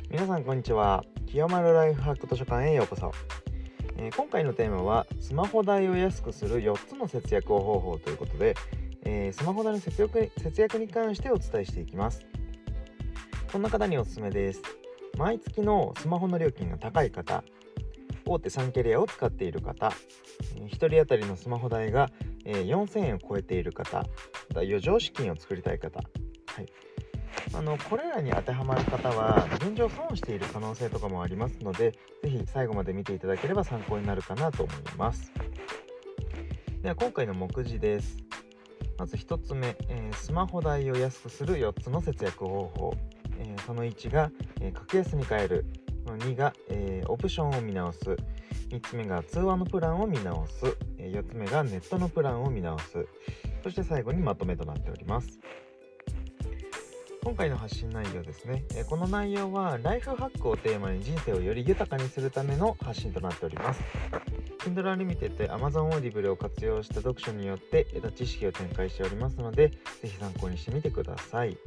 皆さんこんにちは。清丸ライフハック図書館へようこそ。今回のテーマはスマホ代を安くする4つの節約方法ということで、スマホ代の節約に関してお伝えしていきます。こんな方におすすめです。毎月のスマホの料金が高い方、大手3キャリアを使っている方、1人当たりのスマホ代が4000円を超えている方、余剰資金を作りたい方、これらに当てはまる方は現状損している可能性とかもありますので、ぜひ最後まで見ていただければ参考になるかなと思います。では今回の目次です。まず1つ目、スマホ代を安くする4つの節約方法。その1が、格安に変える。2が、オプションを見直す。3つ目が通話のプランを見直す。4つ目がネットのプランを見直す。そして最後にまとめとなっております。今回の発信内容ですね。この内容はライフハックをテーマに人生をより豊かにするための発信となっております。Kindle Unlimited や Amazon Audible を活用した読書によって得た知識を展開しておりますので、ぜひ参考にしてみてください。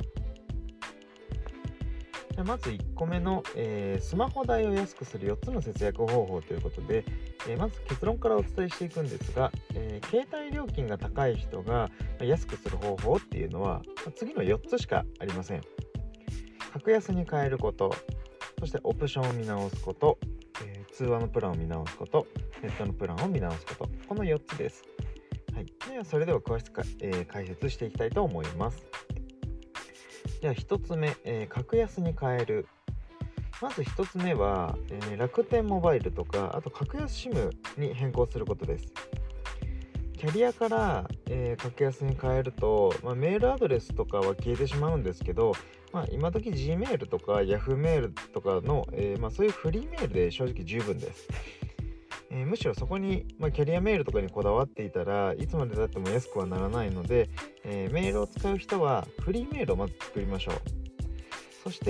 じゃあまず1個目の、スマホ代を安くする4つの節約方法ということで、まず結論からお伝えしていくんですが、携帯料金が高い人が安くする方法っていうのは次の4つしかありません。格安に変えること、そしてオプションを見直すこと、通話のプランを見直すこと、ネットのプランを見直すこと、この4つです。ではそれでは詳しく、解説していきたいと思います。じゃあ1つ目、格安に変える。まず1つ目は、楽天モバイルとか、あと格安 SIM に変更することです。キャリアから、格安に変えると、メールアドレスとかは消えてしまうんですけど、今時 Gmail とか Yahoo メールとかの、そういうフリーメールで正直十分です。むしろそこに、キャリアメールとかにこだわっていたらいつまでたっても安くはならないので、メールを使う人はフリーメールをまず作りましょう。そして、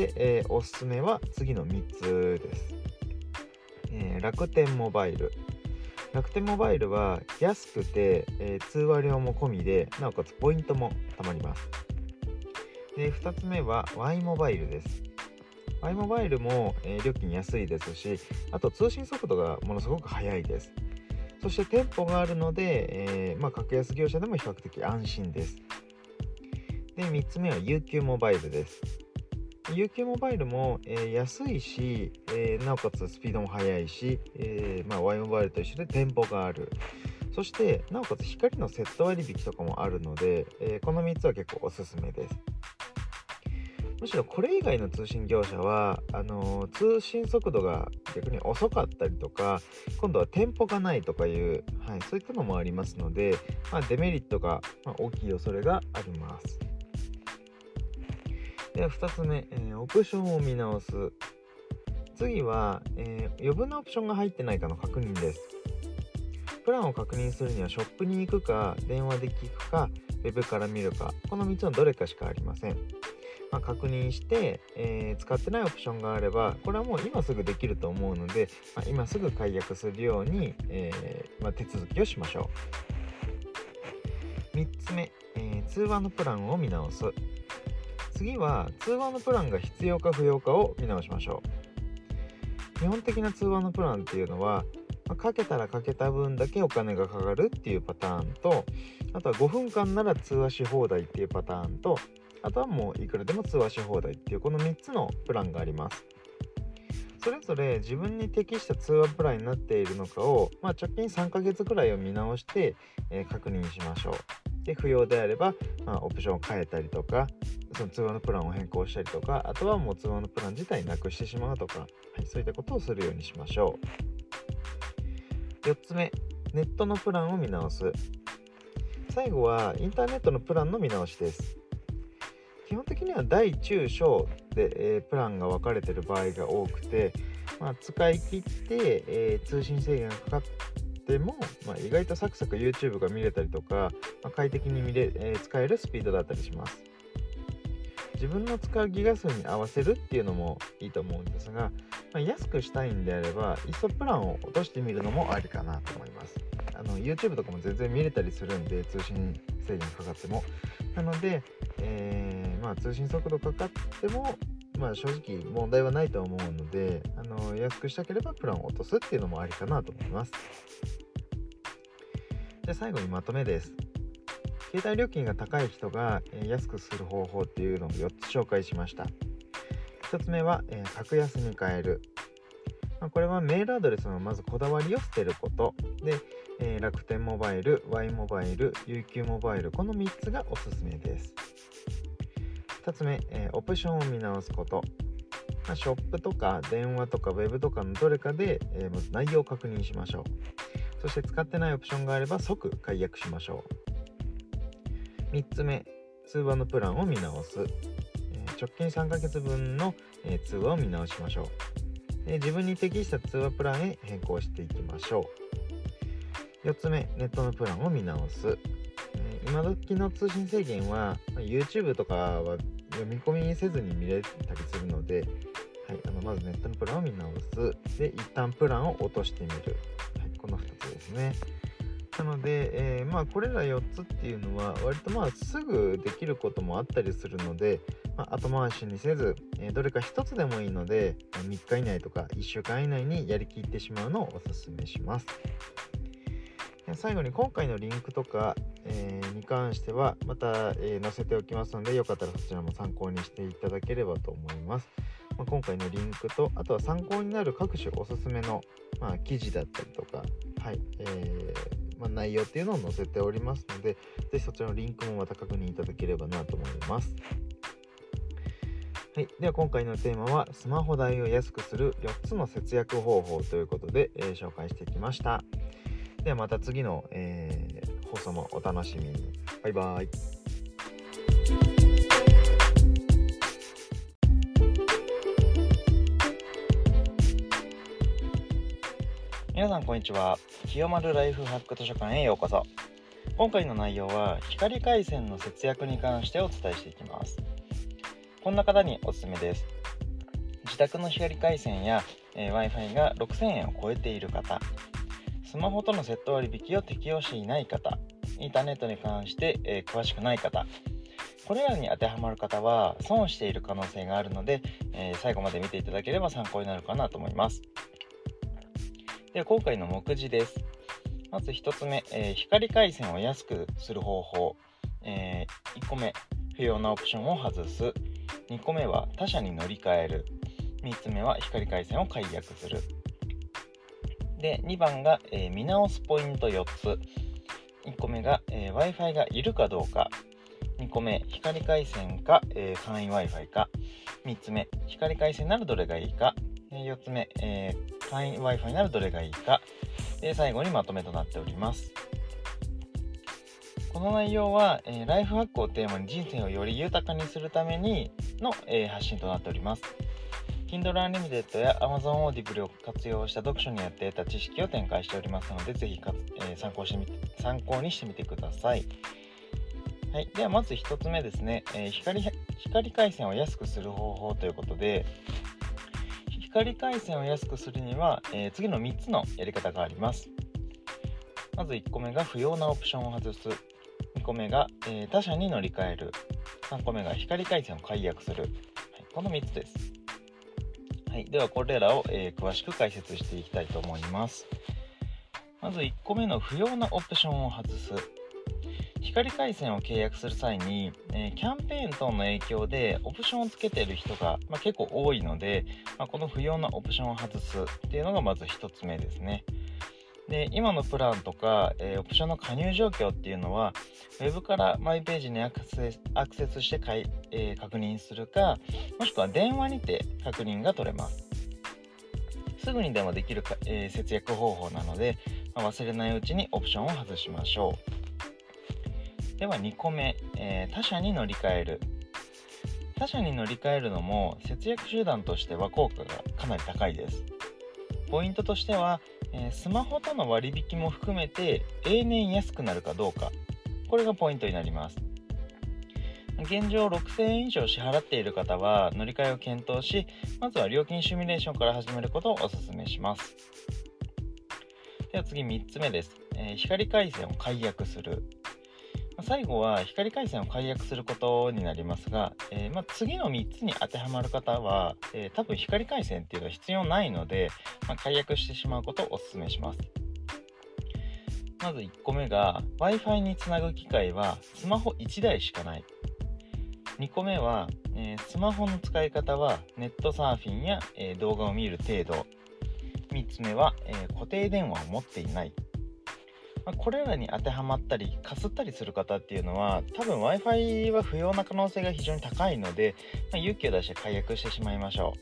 おすすめは次の3つです。楽天モバイル。楽天モバイルは安くて、通話料も込みで、なおかつポイントもたまります。で、2つ目は Y モバイルです。Y モバイルも、料金安いですし、あと通信速度がものすごく速いです。そして店舗があるので、格安業者でも比較的安心です。で、3つ目は UQ モバイルです。UQ モバイルも、安いし、なおかつスピードも速いし、Y モバイルと一緒で店舗がある。そしてなおかつ光のセット割引とかもあるので、この3つは結構おすすめです。むしろこれ以外の通信業者は通信速度が逆に遅かったりとか、今度は店舗がないとかいう、そういったのもありますので、デメリットが、大きい恐れがあります。では2つ目、オプションを見直す。次は、余分なオプションが入ってないかの確認です。プランを確認するにはショップに行くか、電話で聞くか、ウェブから見るか、この3つのどれかしかありません。確認して、使ってないオプションがあれば、これはもう今すぐできると思うので、今すぐ解約するように、手続きをしましょう。3つ目、通話のプランを見直す。次は通話のプランが必要か不要かを見直しましょう。基本的な通話のプランっていうのは、かけたらかけた分だけお金がかかるっていうパターンと、あとは5分間なら通話し放題っていうパターンと、あとはもういくらでも通話し放題っていうこの3つのプランがあります。それぞれ自分に適した通話プランになっているのかを、直近3ヶ月くらいを見直して、確認しましょう。で、不要であれば、オプションを変えたりとか、その通話のプランを変更したりとか、あとはもう通話のプラン自体なくしてしまうとか、そういったことをするようにしましょう。4つ目、ネットのプランを見直す。最後はインターネットのプランの見直しです。基本的には大中小で、プランが分かれている場合が多くて、使い切って、通信制限がかかっても、意外とサクサク YouTube が見れたりとか、快適に使えるスピードだったりします。自分の使うギガ数に合わせるっていうのもいいと思うんですが、安くしたいんであればいっそプランを落としてみるのもありかなと思います。YouTube とかも全然見れたりするんで、通信制限かかっても。なので、通信速度かかっても、 正直問題はないと思うので、安くしたければプランを落とすっていうのもありかなと思います。で、最後にまとめです。携帯料金が高い人が安くする方法っていうのを4つ紹介しました。1つ目は格安に変える。これはメールアドレスのまずこだわりを捨てることで、楽天モバイル、Y モバイル、UQ モバイル、この3つがおすすめです。2つ目、オプションを見直すこと。ショップとか電話とかウェブとかのどれかで、まず内容を確認しましょう。そして使ってないオプションがあれば即解約しましょう。3つ目、通話のプランを見直す。直近3ヶ月分の通話を見直しましょう。自分に適した通話プランへ変更していきましょう。4つ目、ネットのプランを見直す。今時の通信制限は YouTube とかは読み込みせずに見れたりするので、まずネットのプランを見直す。で、一旦プランを落としてみる。この2つですね。なので、これら4つっていうのは割とすぐできることもあったりするので、後回しにせず、どれか1つでもいいので3日以内とか1週間以内にやりきってしまうのをお勧めします。最後に今回のリンクとか、に関してはまた、載せておきますので、よかったらそちらも参考にしていただければと思います。今回のリンクと、あとは参考になる各種おすすめの、記事だったりとか、内容っていうのを載せておりますので、ぜひそちらのリンクもまた確認いただければなと思います。では今回のテーマはスマホ代を安くする4つの節約方法ということで、紹介してきました。ではまた次の、放送もお楽しみに。バイバイ。 皆さんこんにちは。清丸ライフハック図書館へようこそ。今回の内容は光回線の節約に関してお伝えしていきます。こんな方におすすめです。自宅の光回線や、Wi-Fi が6000円を超えている方、スマホとのセット割引を適用していない方、インターネットに関して、詳しくない方、これらに当てはまる方は損している可能性があるので、最後まで見ていただければ参考になるかなと思います。では今回の目次です。まず1つ目、光回線を安くする方法。1個目、不要なオプションを外す。2個目は他社に乗り換える。3つ目は光回線を解約する。で、2番が、見直すポイント4つ。1個目が、Wi-Fi がいるかどうか。2個目、光回線か、簡易 Wi-Fi か。3つ目、光回線ならどれがいいか。4つ目、簡易 Wi-Fi ならどれがいいか。で、最後にまとめとなっております。この内容は、ライフハックをテーマに人生をより豊かにするためにの、発信となっております。Kindle Unlimited や Amazon Audible を活用した読書によって得た知識を展開しておりますので、ぜひ参考にしてみてください。ではまず1つ目ですね、光回線を安くする方法ということで、光回線を安くするには、次の3つのやり方があります。まず1個目が不要なオプションを外す。2個目が、他社に乗り換える。3個目が光回線を解約する。この3つです。ではこれらを、詳しく解説していきたいと思います。まず1個目の不要なオプションを外す。光回線を契約する際に、キャンペーン等の影響でオプションをつけている人が、結構多いので、この不要なオプションを外すっていうのがまず1つ目ですね。で、今のプランとか、オプションの加入状況っていうのはウェブからマイページにアクセスして確認するか、もしくは電話にて確認が取れます。すぐにでもできる節約方法なので、忘れないうちにオプションを外しましょう。では2個目、他社に乗り換える。他社に乗り換えるのも節約手段としては効果がかなり高いです。ポイントとしては、スマホとの割引も含めて永年安くなるかどうか、これがポイントになります。現状6000円以上支払っている方は乗り換えを検討し、まずは料金シミュレーションから始めることをお勧めします。では次3つ目です。光回線を解約する。 最後は光回線を解約することになりますが、次の3つに当てはまる方は、多分光回線っていうのは必要ないので、解約してしまうことをお勧めします。まず1個目が Wi-Fi につなぐ機械はスマホ1台しかない。2個目は、スマホの使い方はネットサーフィンや、動画を見る程度。3つ目は、固定電話を持っていない。これらに当てはまったりかすったりする方っていうのは多分 Wi-Fi は不要な可能性が非常に高いので、勇気を出して解約してしまいましょ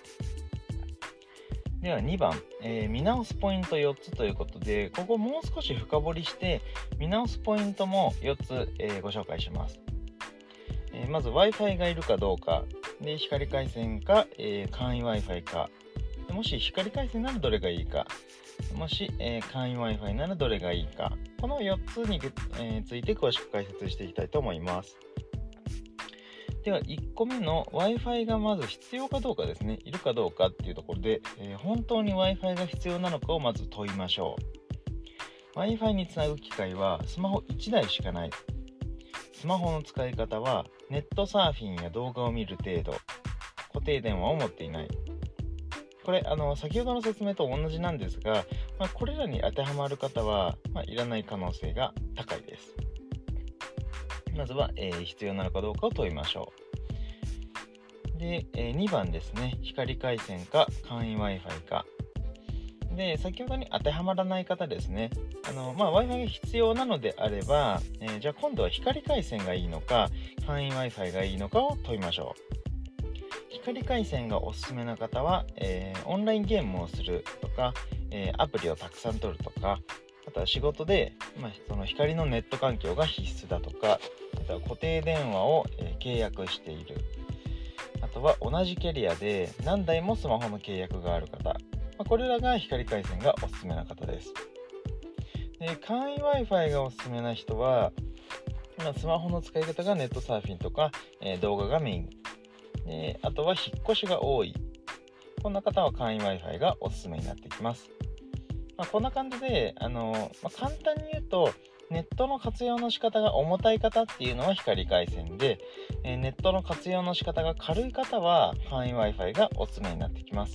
う。では2番、見直すポイント4つということで、ここもう少し深掘りして見直すポイントも4つ、ご紹介します。まず Wi-Fi がいるかどうかで、光回線か、簡易 Wi-Fi か、もし光回線ならどれがいいか、もし、簡易 Wi-Fi ならどれがいいか、この4つに、ついて詳しく解説していきたいと思います。では1個目の Wi-Fi がまず必要かどうかですね、いるかどうかっていうところで、本当に Wi-Fi が必要なのかをまず問いましょう。Wi-Fi につなぐ機械はスマホ1台しかない。スマホの使い方はネットサーフィンや動画を見る程度。固定電話を持っていない。これ先ほどの説明と同じなんですが、これらに当てはまる方は、いらない可能性が高いです。まずは、必要なのかどうかを問いましょう。で、2番ですね、光回線か簡易 Wi-Fi か。で、先ほどに当てはまらない方ですね、Wi-Fi が必要なのであれば、じゃあ今度は光回線がいいのか簡易 Wi-Fi がいいのかを問いましょう。光回線がおすすめな方は、オンラインゲームをするとか、アプリをたくさん取るとか、あとは仕事で、その光のネット環境が必須だとか、あとは固定電話を、契約している、あとは同じキャリアで何台もスマホの契約がある方、これらが光回線がおすすめな方です。で、簡易 Wi-Fi がおすすめな人は、スマホの使い方がネットサーフィンとか、動画がメイン。あとは引っ越しが多い。こんな方は簡易 Wi-Fi がおすすめになってきます。こんな感じで、簡単に言うと、ネットの活用の仕方が重たい方っていうのは光回線で、ネットの活用の仕方が軽い方は簡易 Wi-Fi がおすすめになってきます。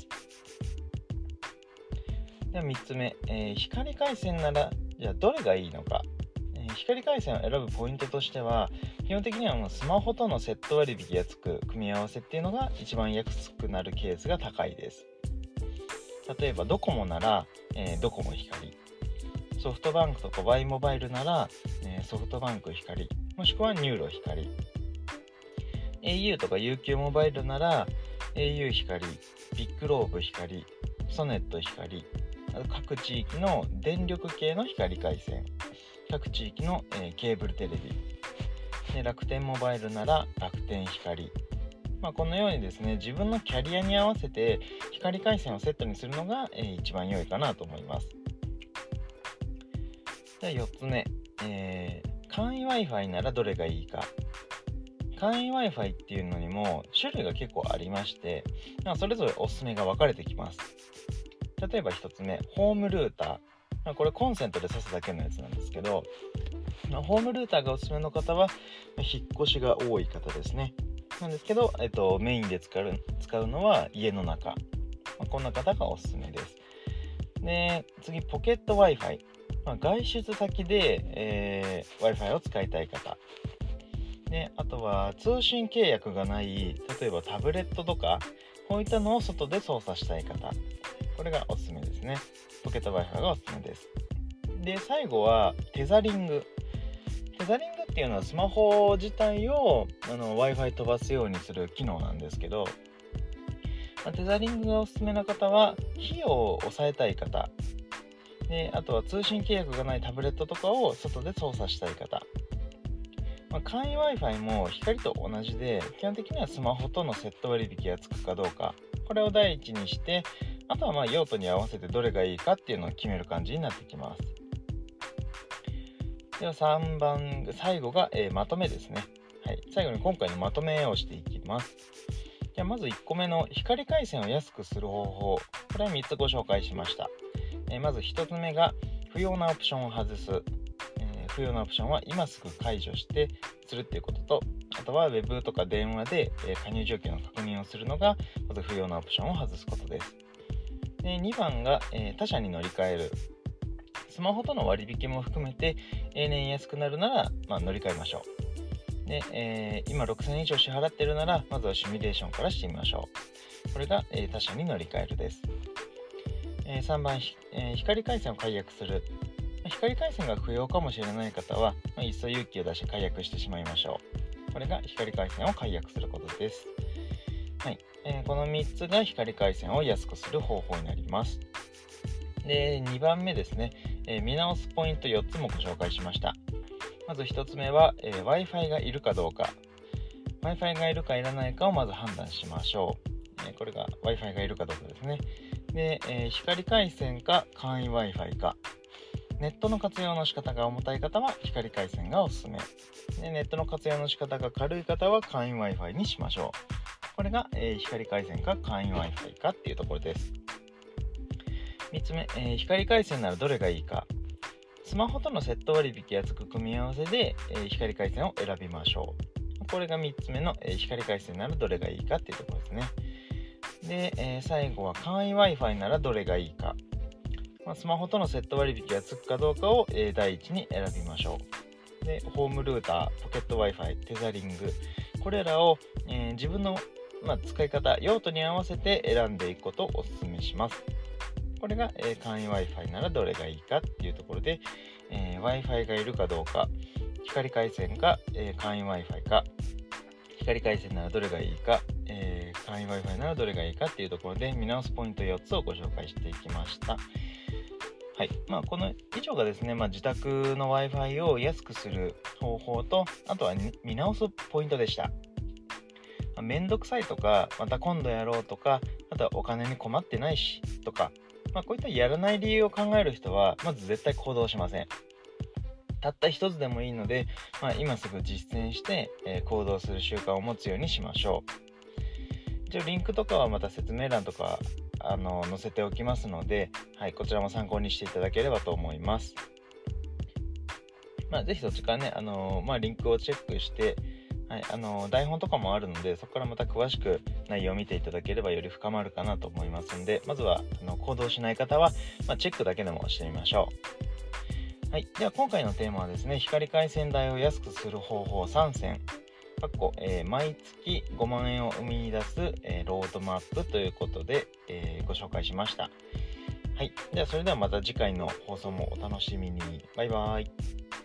では3つ目、光回線ならじゃあどれがいいのか。光回線を選ぶポイントとしては、基本的にはスマホとのセット割引がつく組み合わせっていうのが一番安くなるケースが高いです。例えばドコモなら、ドコモ光、ソフトバンクとか Y モバイルなら、ソフトバンク光、もしくはニューロ光、au とか UQ モバイルなら au 光、ビッグローブ光、ソネット光、各地域の電力系の光回線、各地域の、ケーブルテレビで、楽天モバイルなら楽天光、このようにですね、自分のキャリアに合わせて光回線をセットにするのが、一番良いかなと思います。では4つ目、簡易 Wi-Fi ならどれがいいか。簡易 Wi-Fi っていうのにも種類が結構ありまして、それぞれおすすめが分かれてきます。例えば1つ目、ホームルーター。これコンセントで挿すだけのやつなんですけど、ホームルーターがおすすめの方は引っ越しが多い方ですね。なんですけど、メインで使うのは家の中。こんな方がおすすめです。で、次、ポケット Wi-Fi。外出先で、Wi-Fi を使いたい方。で、あとは通信契約がない、例えばタブレットとか、こういったのを外で操作したい方。これがおすすめですね。ポケット Wi-Fi がおすすめです。で、最後はテザリング。テザリングっていうのはスマホ自体をWi-Fi 飛ばすようにする機能なんですけど、テザリングがおすすめな方は費用を抑えたい方で、あとは通信契約がないタブレットとかを外で操作したい方、簡易 Wi-Fi も光と同じで、基本的にはスマホとのセット割引がつくかどうか、これを第一にして、あとは用途に合わせてどれがいいかっていうのを決める感じになってきます。では3番、最後が、まとめですね。はい、最後に今回のまとめをしていきます。じゃあまず1個目の光回線を安くする方法、これは3つご紹介しました。まず1つ目が不要なオプションを外す。 不要なオプションは今すぐ解除するっていうことと、あとは Web とか電話で加入状況の確認をするのがまず不要なオプションを外すことです。で2番が他社に乗り換える。スマホとの割引も含めて年安くなるなら、乗り換えましょう。で、今6000円以上支払っているならまずはシミュレーションからしてみましょう。これが他社に乗り換えるです。3番、光回線を解約する。光回線が不要かもしれない方は、いっそ勇気を出して解約してしまいましょう。これが光回線を解約することです。はい、この3つが光回線を安くする方法になります。で、2番目ですね、見直すポイント4つもご紹介しました。まず1つ目は、Wi-Fi がいるかどうか。Wi-Fi がいるかいらないかをまず判断しましょう。これが Wi-Fi がいるかどうかですね。で、光回線か簡易 Wi-Fi か。ネットの活用の仕方が重たい方は光回線がおすすめ。で、ネットの活用の仕方が軽い方は簡易 Wi-Fi にしましょう。これが、光回線か簡易 Wi-Fi かっていうところです。3つ目、光回線ならどれがいいか。スマホとのセット割引やつく組み合わせで、光回線を選びましょう。これが3つ目の、光回線ならどれがいいかっていうところですね。で、最後は簡易 Wi-Fi ならどれがいいか。スマホとのセット割引がつくかどうかを、第一に選びましょう。で、ホームルーター、ポケット Wi-Fi、テザリング、これらを、自分の、使い方、用途に合わせて選んでいくことをお勧めします。これが、簡易 Wi-Fi ならどれがいいかっていうところで、Wi-Fi がいるかどうか、光回線か、簡易 Wi-Fi か、光回線ならどれがいいか、簡易 Wi-Fi ならどれがいいかっていうところで見直すポイント4つをご紹介していきました。はい、この以上がですね、自宅の Wi-Fi を安くする方法と、あとは見直すポイントでした。めんどくさいとか、また今度やろうとか、あとはお金に困ってないしとか、こういったやらない理由を考える人はまず絶対行動しません。たった一つでもいいので、今すぐ実践して、行動する習慣を持つようにしましょう。リンクとかはまた説明欄とか載せておきますので、こちらも参考にしていただければと思います。ぜひそっちからね、リンクをチェックして、台本とかもあるので、そこからまた詳しく内容を見ていただければより深まるかなと思いますので、まずは行動しない方は、チェックだけでもしてみましょう。では今回のテーマはですね、光回線代を安くする方法3選毎月5万円を生み出す、ロードマップということで、ご紹介しました。ではそれではまた次回の放送もお楽しみに。バイバイ。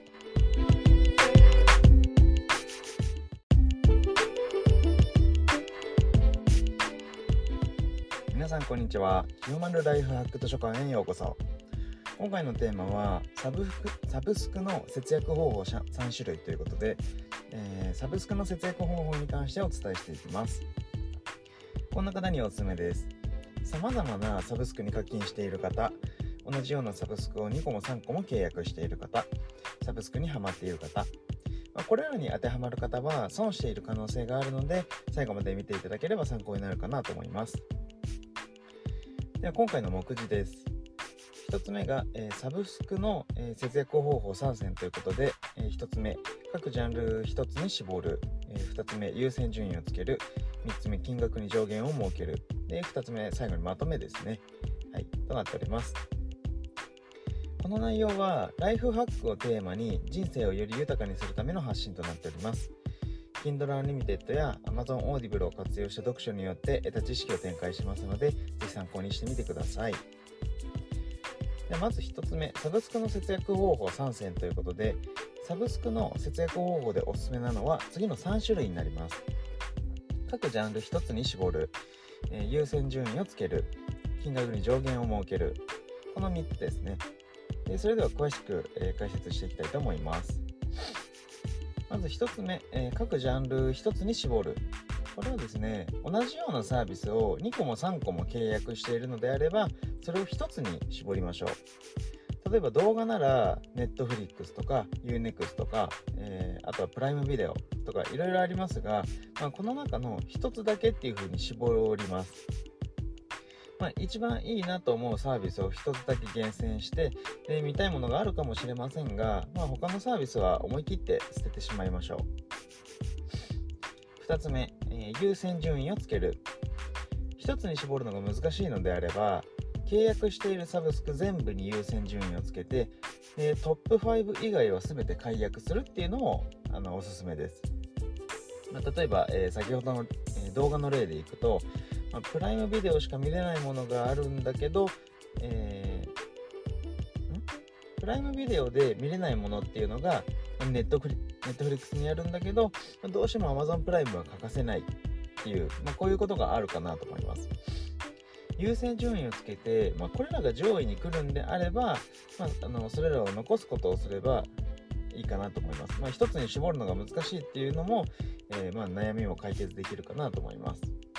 皆さんこんにちは。清丸ライフハック図書館へようこそ。今回のテーマはサブスクの節約方法3種類ということで、サブスクの節約方法に関してお伝えしていきます。こんな方におすすめです。様々なサブスクに課金している方、同じようなサブスクを2個も3個も契約している方、サブスクにハマっている方、これらに当てはまる方は損している可能性があるので、最後まで見ていただければ参考になるかなと思います。では今回の目次です。1つ目が、サブスクの、節約方法3選ということで、1つ目、各ジャンル1つに絞る、2つ目、優先順位をつける、3つ目、金額に上限を設ける、で2つ目、最後にまとめですね、となっております。この内容はライフハックをテーマに人生をより豊かにするための発信となっております。Kindle Unlimited や Amazon Audible を活用した読書によって得た知識を展開しますので、ぜひ参考にしてみてください。でまず1つ目、サブスクの節約方法3選ということで、サブスクの節約方法でおすすめなのは次の3種類になります。各ジャンル1つに絞る、優先順位をつける、金額に上限を設ける、この3つですね。それでは詳しく、解説していきたいと思います。まず1つ目、各ジャンル1つに絞る。これはですね、同じようなサービスを2個も3個も契約しているのであれば、それを1つに絞りましょう。例えば動画なら Netflix とか Unext とか、あとはプライムビデオとかいろいろありますが、この中の1つだけっていう風に絞ります。 一番いいなと思うサービスを一つだけ厳選してで見たいものがあるかもしれませんが、他のサービスは思い切って捨ててしまいましょう。2つ目、優先順位をつける。一つに絞るのが難しいのであれば、契約しているサブスク全部に優先順位をつけてトップ5以外は全て解約するっていうのもおすすめです。例えば、先ほどの、動画の例でいくと、プライムビデオしか見れないものがあるんだけど、プライムビデオで見れないものっていうのがネットフリックスにあるんだけど、どうしても Amazon プライムは欠かせないっていう、こういうことがあるかなと思います。優先順位をつけて、これらが上位に来るんであれば、それらを残すことをすればいいかなと思います。一つに絞るのが難しいっていうのも、悩みも解決できるかなと思います。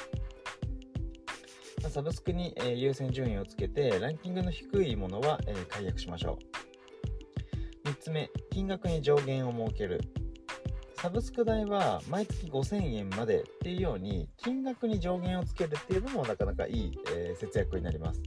サブスクに、優先順位をつけてランキングの低いものは、解約しましょう。3つ目、金額に上限を設ける。サブスク代は毎月5000円までっていうように金額に上限をつけるっていうのもなかなかいい、節約になります。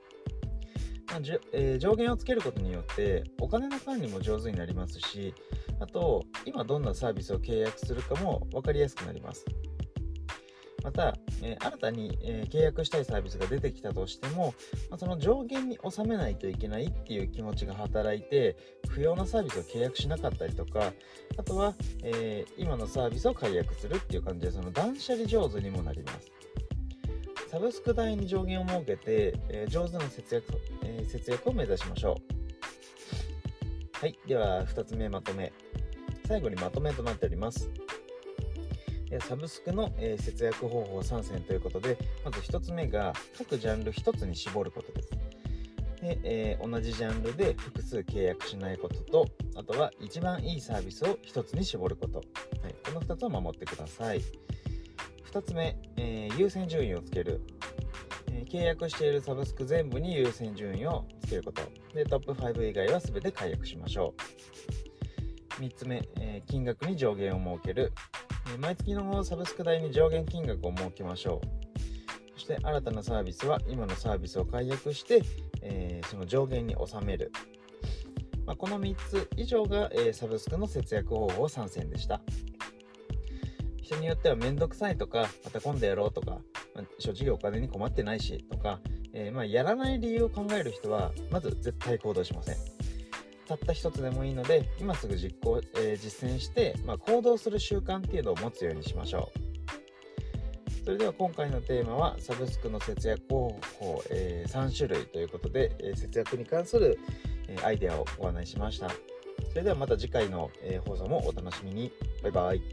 上限をつけることによってお金の管理も上手になりますし、あと今どんなサービスを契約するかも分かりやすくなります。また、新たに、契約したいサービスが出てきたとしても、その上限に収めないといけないっていう気持ちが働いて不要なサービスを契約しなかったりとか、あとは、今のサービスを解約するっていう感じで、その断捨離上手にもなります。サブスク代に上限を設けて、上手な節約を目指しましょう。はい、では2つ目、まとめ。最後にまとめとなっております。サブスクの、節約方法3選ということで、まず1つ目が各ジャンル1つに絞ることです。で、同じジャンルで複数契約しないことと、あとは一番いいサービスを1つに絞ること、この2つを守ってください。2つ目、優先順位をつける。契約しているサブスク全部に優先順位をつけることで、トップ5以外は全て解約しましょう。3つ目、金額に上限を設ける。毎月のサブスク代に上限金額を設けましょう。そして新たなサービスは今のサービスを解約して、その上限に収める。この3つ以上が、サブスクの節約方法3選でした。人によってはめんどくさいとか、また今度やろうとか、正直お金に困ってないしとか、やらない理由を考える人はまず絶対行動しません。たった一つでもいいので今すぐ実践して、行動する習慣っていうのを持つようにしましょう。それでは今回のテーマはサブスクの節約方法、3種類ということで、節約に関する、アイデアをご案内しました。それではまた次回の、放送もお楽しみに。バイバイ。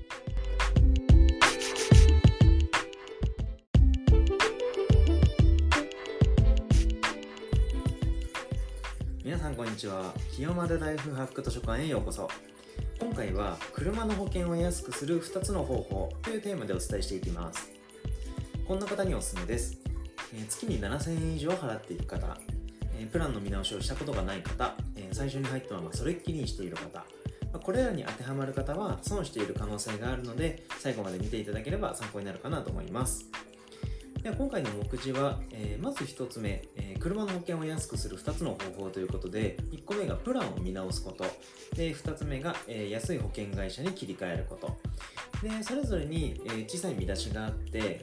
皆さんこんにちは。清丸ライフハック図書館へようこそ。今回は車の保険を安くする2つの方法というテーマでお伝えしていきます。こんな方におすすめです。月に7000円以上払っている方、プランの見直しをしたことがない方、最初に入ったままそれっきりにしている方、これらに当てはまる方は損している可能性があるので、最後まで見ていただければ参考になるかなと思います。では今回の目次は、まず1つ目、車の保険を安くする2つの方法ということで、1個目がプランを見直すこと、で2つ目が、安い保険会社に切り替えること。でそれぞれに、小さい見出しがあって、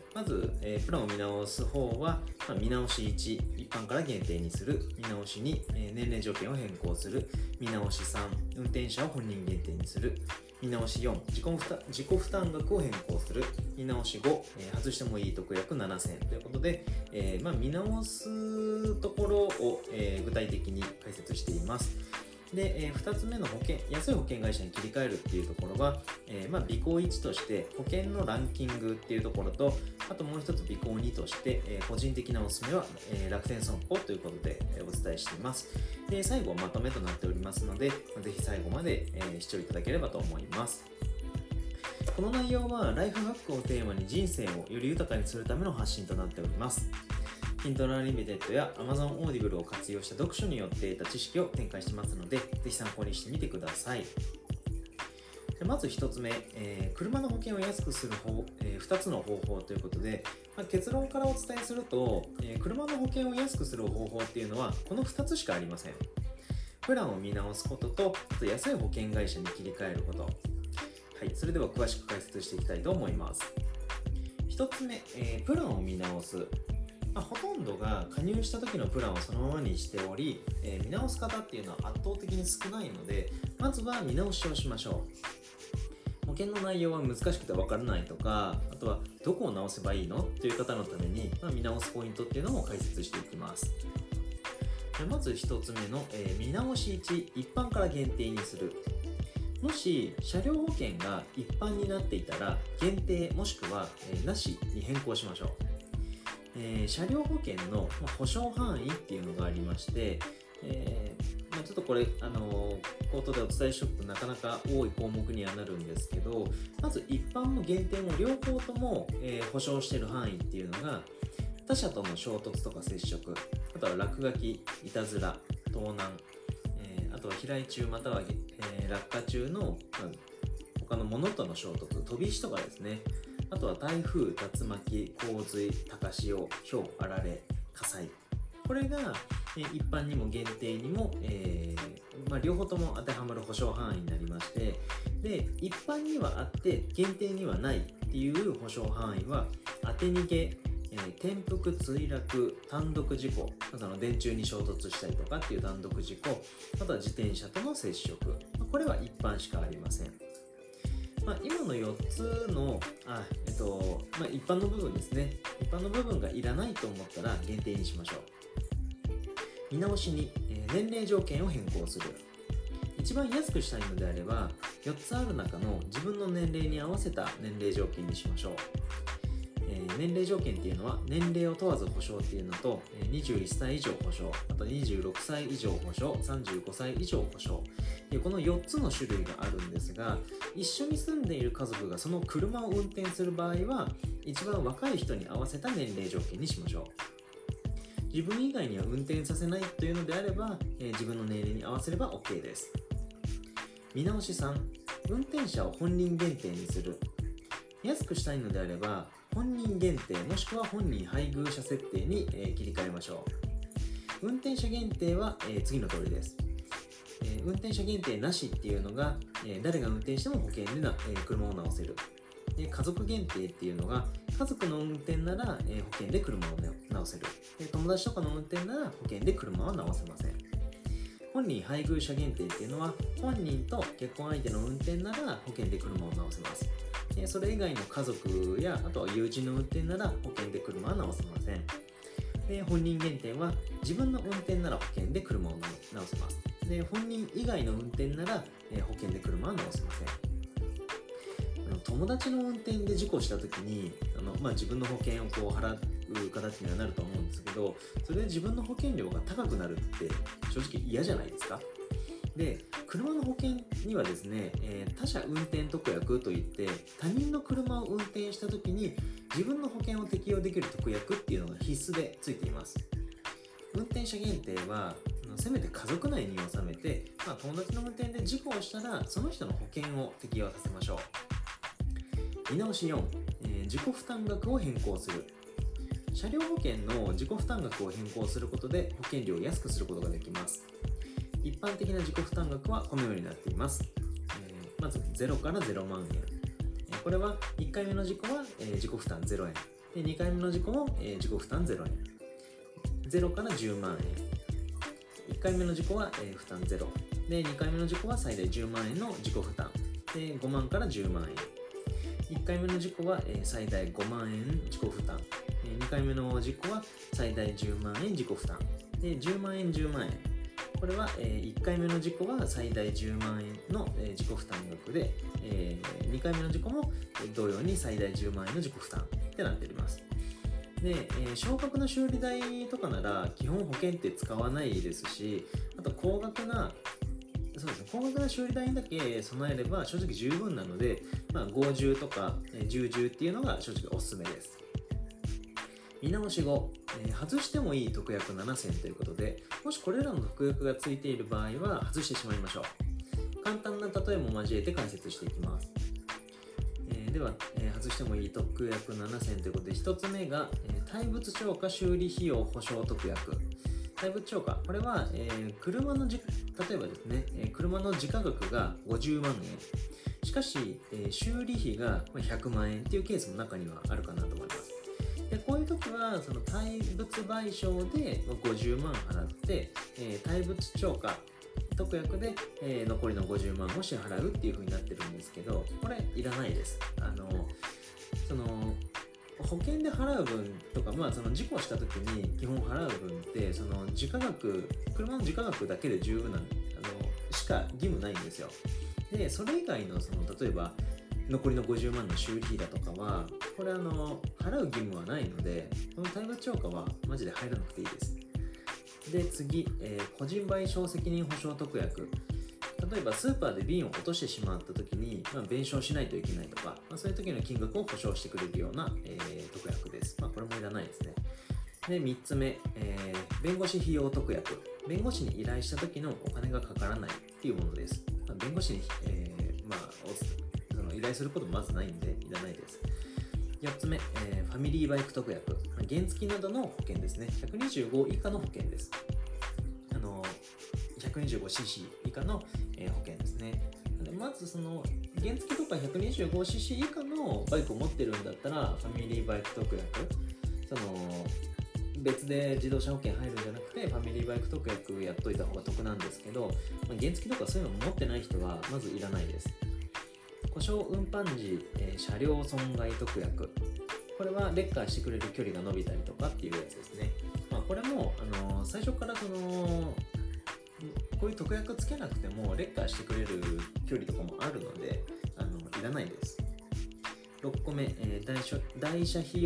まず、プランを見直す方は、見直し1、一般から限定にする、見直し2、年齢条件を変更する、見直し3、運転者を本人限定にする、見直し4、自己負担額を変更する、見直し5、外してもいい特約7000円ということで、見直すところを、具体的に解説しています。で、2つ目の安い保険会社に切り替えるっていうところは、尾行1として保険のランキングっていうところと、あともう一つ尾行2として、個人的なおすすめは、楽天損保ということで、お伝えしています。で最後はまとめとなっておりますので、ぜひ最後まで、視聴いただければと思います。この内容はライフハックをテーマに人生をより豊かにするための発信となっております。Kindle Unlimited や Amazon Audible を活用した読書によって得た知識を展開してますので、ぜひ参考にしてみてください。 でまず1つ目、車の保険を安くする2つの方法ということで、結論からお伝えすると、車の保険を安くする方法っていうのはこの2つしかありません。プランを見直すことと、あと安い保険会社に切り替えること。はい、それでは詳しく解説していきたいと思います。1つ目、プランを見直す。ほとんどが加入した時のプランをそのままにしており、見直す方っていうのは圧倒的に少ないので、まずは見直しをしましょう。保険の内容は難しくて分からないとか、あとはどこを直せばいいのという方のために、見直すポイントっていうのを解説していきます。まず1つ目の、見直し1、一般から限定にする。もし車両保険が一般になっていたら限定もしくは、なしに変更しましょう。車両保険の保証範囲っていうのがありまして、ちょっとこれ口頭でお伝えしておくとなかなか多い項目にはなるんですけど、まず一般も限定も両方とも、保証している範囲っていうのが、他車との衝突とか接触、あとは落書き、いたずら、盗難、あとは飛来中または、落下中の、他の物との衝突、飛び石とかですね、あとは台風、竜巻、洪水、高潮、ひょう、あられ、火災、これが一般にも限定にも、両方とも当てはまる保証範囲になりまして、で一般にはあって限定にはないっていう保証範囲は、当て逃げ、転覆、墜落、単独事故、電柱に衝突したりとかっていう単独事故、あとは自転車との接触、これは一般しかありません。今の4つの一般の部分ですね。一般の部分がいらないと思ったら限定にしましょう。見直しに、年齢条件を変更する。一番安くしたいのであれば、4つある中の自分の年齢に合わせた年齢条件にしましょう。年齢条件っていうのは年齢を問わず保証っていうのと、21歳以上保証、あと26歳以上保証、35歳以上保証、この4つの種類があるんですが、一緒に住んでいる家族がその車を運転する場合は一番若い人に合わせた年齢条件にしましょう。自分以外には運転させないというのであれば、自分の年齢に合わせれば OK です。見直し3、運転者を本人限定にする。安くしたいのであれば本人限定もしくは本人配偶者設定に切り替えましょう。運転者限定は次の通りです。運転者限定なしっていうのが誰が運転しても保険で車を直せる。家族限定っていうのが家族の運転なら保険で車を直せる。友達とかの運転なら保険で車は直せません。本人配偶者限定っていうのは本人と結婚相手の運転なら保険で車を直せます。それ以外の家族やあとは友人の運転なら保険で車は直せません。本人限定は自分の運転なら保険で車を直せます。本人以外の運転なら保険で車は直せません。友達の運転で事故した時に自分の保険を払う形にはなると思うんですけど、それで自分の保険料が高くなるって正直嫌じゃないですか。で、車の保険にはですね、他者運転特約といって他人の車を運転した時に自分の保険を適用できる特約っていうのが必須でついています。運転者限定はせめて家族内に収めて、友達の運転で事故をしたらその人の保険を適用させましょう。見直し4、自己負担額を変更する。車両保険の自己負担額を変更することで保険料を安くすることができます。一般的な自己負担額はこのようになっています。まず0から0万円。これは1回目の事故は自己負担0円。で2回目の事故も自己負担0円。0から10万円。1回目の事故は負担0。で2回目の事故は最大10万円の自己負担。で5万から10万円。1回目の事故は最大5万円自己負担。2回目の事故は最大10万円自己負担。で10万円10万円。これは1回目の事故は最大10万円の自己負担額で、2回目の事故も同様に最大10万円の自己負担ってなっております。で、少額な修理代とかなら基本保険って使わないですし、あと高額な修理代だけ備えれば正直十分なので、5重とか10重っていうのが正直おすすめです。見直し後、外してもいい特約7選ということで、もしこれらの特約がついている場合は外してしまいましょう。 簡単な例えも交えて解説していきます。では、外してもいい特約7選ということで、1つ目が、対物超過修理費用保証特約。対物超過、これは、例えばですね、車の時価格が50万円。しかし、修理費が100万円っていうケースも中にはあるかなと思います。でこういう時はその対物賠償で50万払って、対物超過特約で、残りの50万を支払うっていう風になってるんですけど、これいらないです。その保険で払う分とか、その事故した時に基本払う分ってその時価格、車の時価格だけで十分なしか義務ないんですよ。でそれ以外の例えば残りの50万の修理費だとかはこれ払う義務はないので、この対物超過はマジで入らなくていいです。で次、個人賠償責任保証特約。例えばスーパーで瓶を落としてしまった時に、弁償しないといけないとか、そういう時の金額を保証してくれるような、特約です。これもいらないですね。で3つ目、弁護士費用特約。弁護士に依頼した時のお金がかからないっていうものです。弁護士に、依頼することもまずないんでいらないです。4つ目、ファミリーバイク特約。原付などの保険ですね。125以下の保険です。125cc 以下の、保険ですね。まず原付とか 125cc 以下のバイクを持ってるんだったらファミリーバイク特約、別で自動車保険入るんじゃなくてファミリーバイク特約やっといた方が得なんですけど、原付とかそういうの持ってない人はまずいらないです。故障運搬時、車両損害特約。これはレッカーしてくれる距離が伸びたりとかっていうやつですね。これも最初からこういう特約つけなくてもレッカーしてくれる距離とかもあるのでいらないです。6個目、代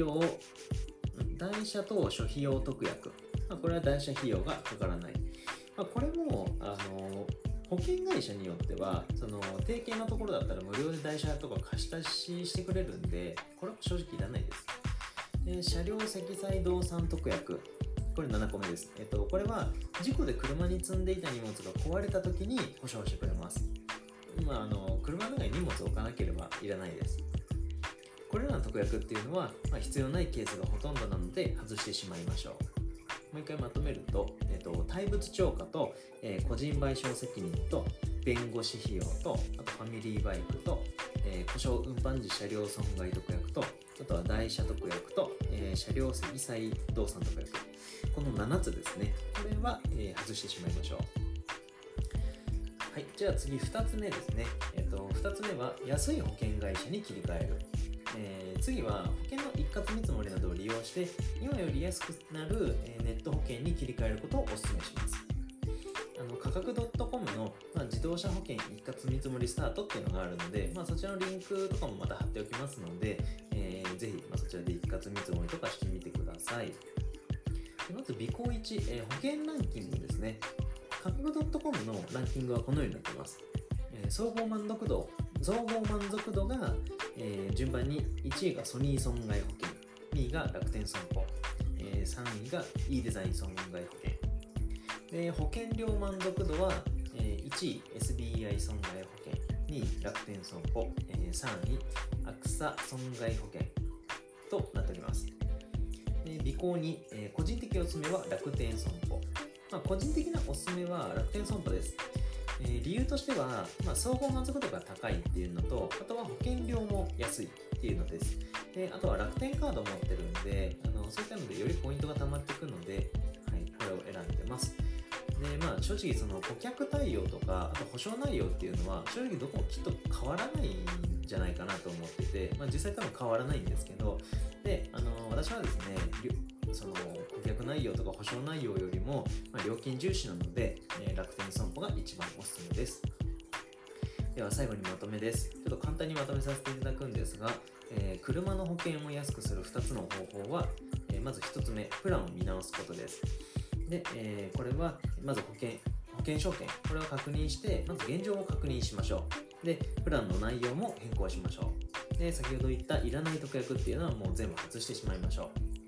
車等諸費用特約。これは代車費用がかからない。これも保険会社によっては提携のところだったら無料で代車とか貸し出ししてくれるんで、これは正直いらないです。車両積載動産特約。これ7個目です。これは事故で車に積んでいた荷物が壊れた時に保証してくれます。車の中に荷物を置かなければいらないです。これらの特約っていうのは、必要ないケースがほとんどなので外してしまいましょう。もう一回まとめると、対物超過と、個人賠償責任と弁護士費用と、あとファミリーバイクと、故障運搬時車両損害特約と、あとは代車特約と、車両積載動産特約。この7つですね。これは、外してしまいましょう。はい、じゃあ次2つ目ですね。2つ目は安い保険会社に切り替える。次は保険の一括見積もりなどを利用して今より安くなるネット保険に切り替えることをお勧めします。価格 .com の、自動車保険一括見積もりスタートっていうのがあるので、そちらのリンクとかもまた貼っておきますので、ぜひ、そちらで一括見積もりとかしてみてください。まず備考1、保険ランキングですね。価格 .com のランキングはこのようになっています。総合満足度が、順番に1位がソニー損害保険、2位が楽天損保、3位が E デザイン損害保険。で保険料満足度は、1位 SBI 損害保険、2位楽天損保、3位アクサ損害保険となっております。備考2、個人的おすすめは楽天損保。個人的なおすすめは楽天損保です。理由としては、総合満足度が高いっていうのと、あとは保険料も安いっていうのです。であとは楽天カードを持ってるんで、そういったのでよりポイントが溜まっていくので、これを選んでます。で正直顧客対応とかあと保証内容っていうのは正直どこもきっと変わらないんじゃないかなと思ってて、実際多分変わらないんですけど、で私はですね顧客内容とか保証内容よりも、料金重視なので、楽天損保が一番おすすめです。では最後にまとめです。ちょっと簡単にまとめさせていただくんですが、車の保険を安くする2つの方法は、まず1つ目、プランを見直すことです。で、これはまず保険証券、これを確認して、まず現状を確認しましょう。で、プランの内容も変更しましょう。で、先ほど言ったいらない特約っていうのはもう全部外してしまいましょう。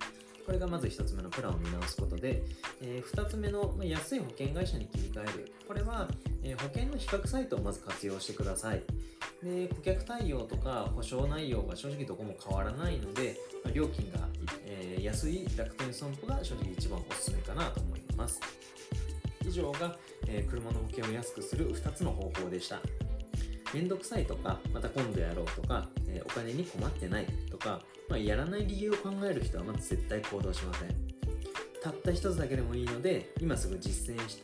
これがまず1つ目のプランを見直すことで、2つ目の安い保険会社に切り替える。これは、保険の比較サイトをまず活用してください。で、顧客対応とか保証内容が正直どこも変わらないので、料金が、安い楽天損保が正直一番おすすめかなと思います。以上が、車の保険を安くする2つの方法でした。めんどくさいとか、また今度やろうとか、お金に困ってないとか、やらない理由を考える人はまず絶対行動しません。たった一つだけでもいいので、今すぐ実践して、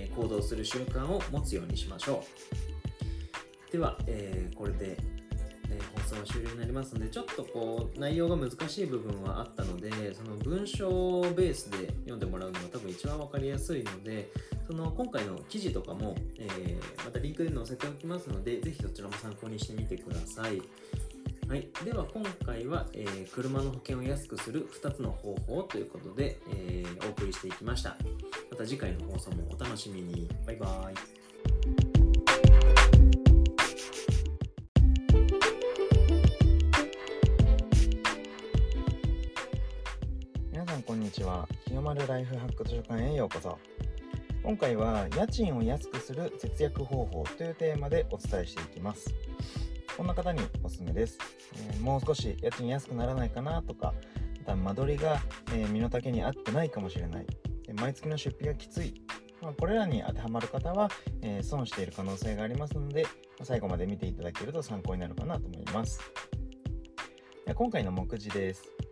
行動する習慣を持つようにしましょう。では、これで、放送は終了になりますので、ちょっと内容が難しい部分はあったので、その文章ベースで読んでもらうのが多分一番わかりやすいので、今回の記事とかも、またリンクで載せておきますので、ぜひそちらも参考にしてみてください。はい、では今回は、車の保険を安くする2つの方法ということで、お送りしていきました。また次回の放送もお楽しみに。バイバイ。 皆さんこんにちは。清丸ライフハック図書館へようこそ。今回は家賃を安くする節約方法というテーマでお伝えしていきます。こんな方におすすめです。もう少し家賃安くならないかなとか、また間取りが、身の丈に合ってないかもしれない。毎月の出費がきつい。これらに当てはまる方は、損している可能性がありますので、最後まで見ていただけると参考になるかなと思います。今回の目次です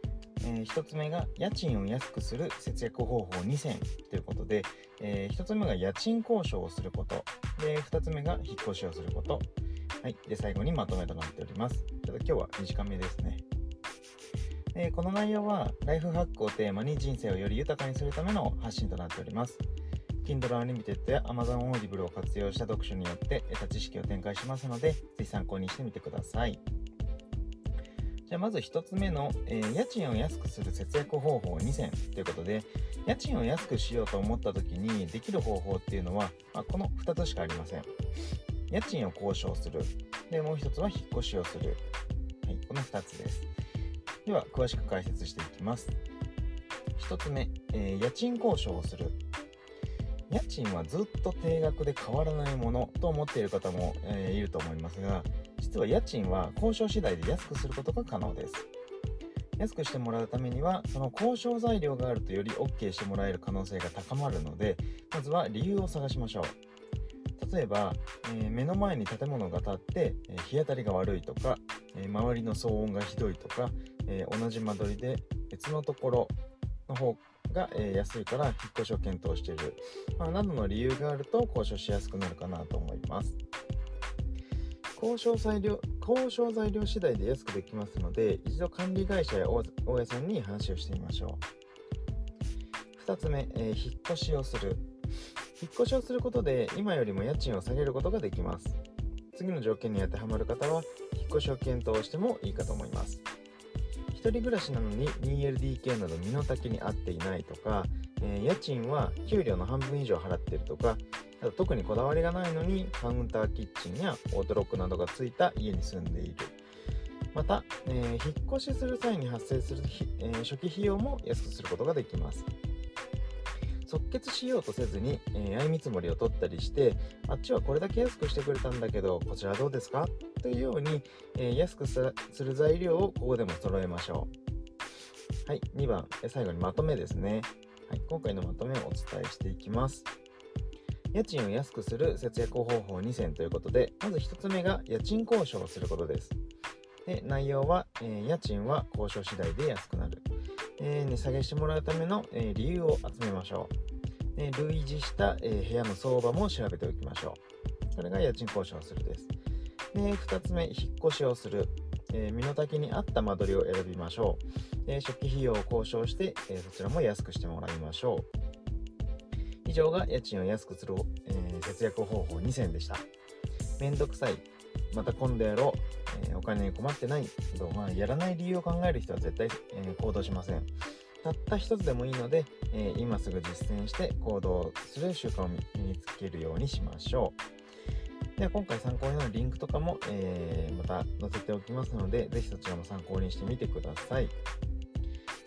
。1つ目が家賃を安くする節約方法2選ということで、1つ目が家賃交渉をすることで、2つ目が引っ越しをすること、はい、で最後にまとめとなっております。ちょっと今日は短めですね。この内容はライフハックをテーマに人生をより豊かにするための発信となっております。Kindle Unlimited や Amazon Audible を活用した読書によって得た知識を展開しますので、ぜひ参考にしてみてください。じゃあまず1つ目の、家賃を安くする節約方法2選ということで、家賃を安くしようと思った時にできる方法っていうのは、この2つしかありません。家賃を交渉する。で、もう1つは引っ越しをする。はい、この2つです。では詳しく解説していきます。1つ目、家賃交渉をする。家賃はずっと定額で変わらないものと思っている方も、いると思いますが、実は家賃は交渉次第で安くすることが可能です。安くしてもらうためには、その交渉材料があるとより OK してもらえる可能性が高まるので、まずは理由を探しましょう。例えば、目の前に建物が建って、日当たりが悪いとか、周りの騒音がひどいとか、同じ間取りで別のところの方が、安いから引っ越しを検討している、などの理由があると交渉しやすくなるかなと思います。交渉材料次第で安くできますので、一度管理会社や大家さんに話をしてみましょう。2つ目、引っ越しをする。引っ越しをすることで今よりも家賃を下げることができます。次の条件に当てはまる方は引っ越しを検討してもいいかと思います。一人暮らしなのに 2LDK など身の丈に合っていないとか、家賃は給料の半分以上払っているとか、あと特にこだわりがないのにカウンターキッチンやオートロックなどがついた家に住んでいる。また、引っ越しする際に発生する、初期費用も安くすることができます。即決しようとせずに、相見積もりを取ったりして、あっちはこれだけ安くしてくれたんだけどこちらはどうですかというように、安くする材料をここでも揃えましょう。はい、2番、最後にまとめですね。はい、今回のまとめをお伝えしていきます。家賃を安くする節約方法2選ということで、まず1つ目が家賃交渉をすることです。で、内容は、家賃は交渉次第で安くなる。値下げしてもらうための、理由を集めましょう。類似した、部屋の相場も調べておきましょう。これが家賃交渉をするです。で、2つ目、引っ越しをする。身の丈に合った間取りを選びましょう。初期費用を交渉して、そちらも安くしてもらいましょう。以上が家賃を安くする、節約方法2選でした。めんどくさい、また今度やろう、お金に困ってないなど、やらない理由を考える人は絶対、行動しません。たった一つでもいいので、今すぐ実践して行動する習慣を身につけるようにしましょう。では今回参考になるリンクとかも、また載せておきますので、ぜひそちらも参考にしてみてください。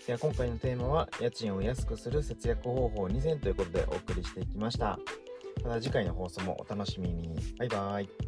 では今回のテーマは家賃を安くする節約方法2選ということでお送りしていきました。また次回の放送もお楽しみに。バイバイ。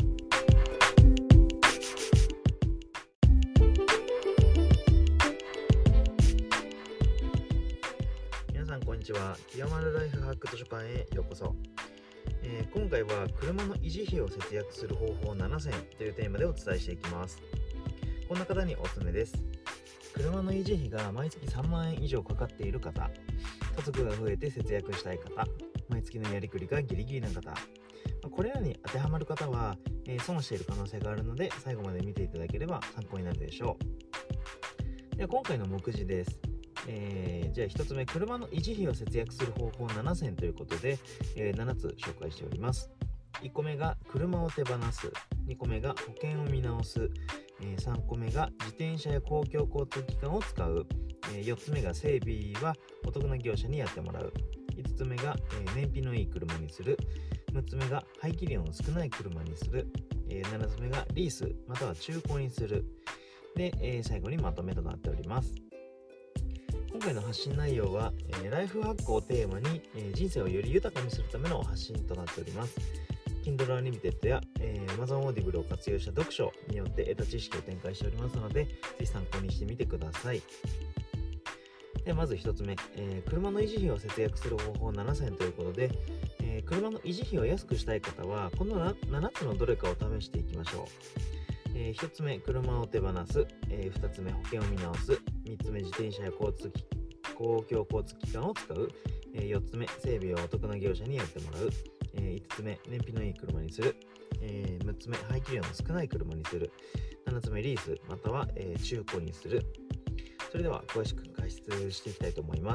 皆さんこんにちは。清丸ライフハック図書館へようこそ。今回は車の維持費を節約する方法7選というテーマでお伝えしていきます。こんな方におすすめです。車の維持費が毎月3万円以上かかっている方、家族が増えて節約したい方、毎月のやりくりがギリギリな方、これらに当てはまる方は、損している可能性があるので最後まで見ていただければ参考になるでしょう。では今回の目次です。じゃあ1つ目、車の維持費を節約する方法7選ということで、7つ紹介しております。1個目が車を手放す、2個目が保険を見直す、3個目が自転車や公共交通機関を使う、4つ目が整備はお得な業者にやってもらう、5つ目が、燃費のいい車にする、6つ目が排気量の少ない車にする、7つ目がリースまたは中古にするで、最後にまとめとなっております。今回の発信内容は、ライフハックをテーマに、人生をより豊かにするための発信となっております。Kindle Unlimited や、Amazon Audible を活用した読書によって得た知識を展開しておりますので、ぜひ参考にしてみてください。ではまず1つ目、車の維持費を節約する方法7選ということで、車の維持費を安くしたい方はこの7つのどれかを試していきましょう。1つ目、車を手放す、2つ目、保険を見直す、3つ目、自転車や公共交通機関を使う、4つ目、整備をお得な業者にやってもらう、5つ目、燃費のいい車にする、6つ目、排気量の少ない車にする、7つ目、リースまたは、中古にする。それでは詳しく解説していきたいと思います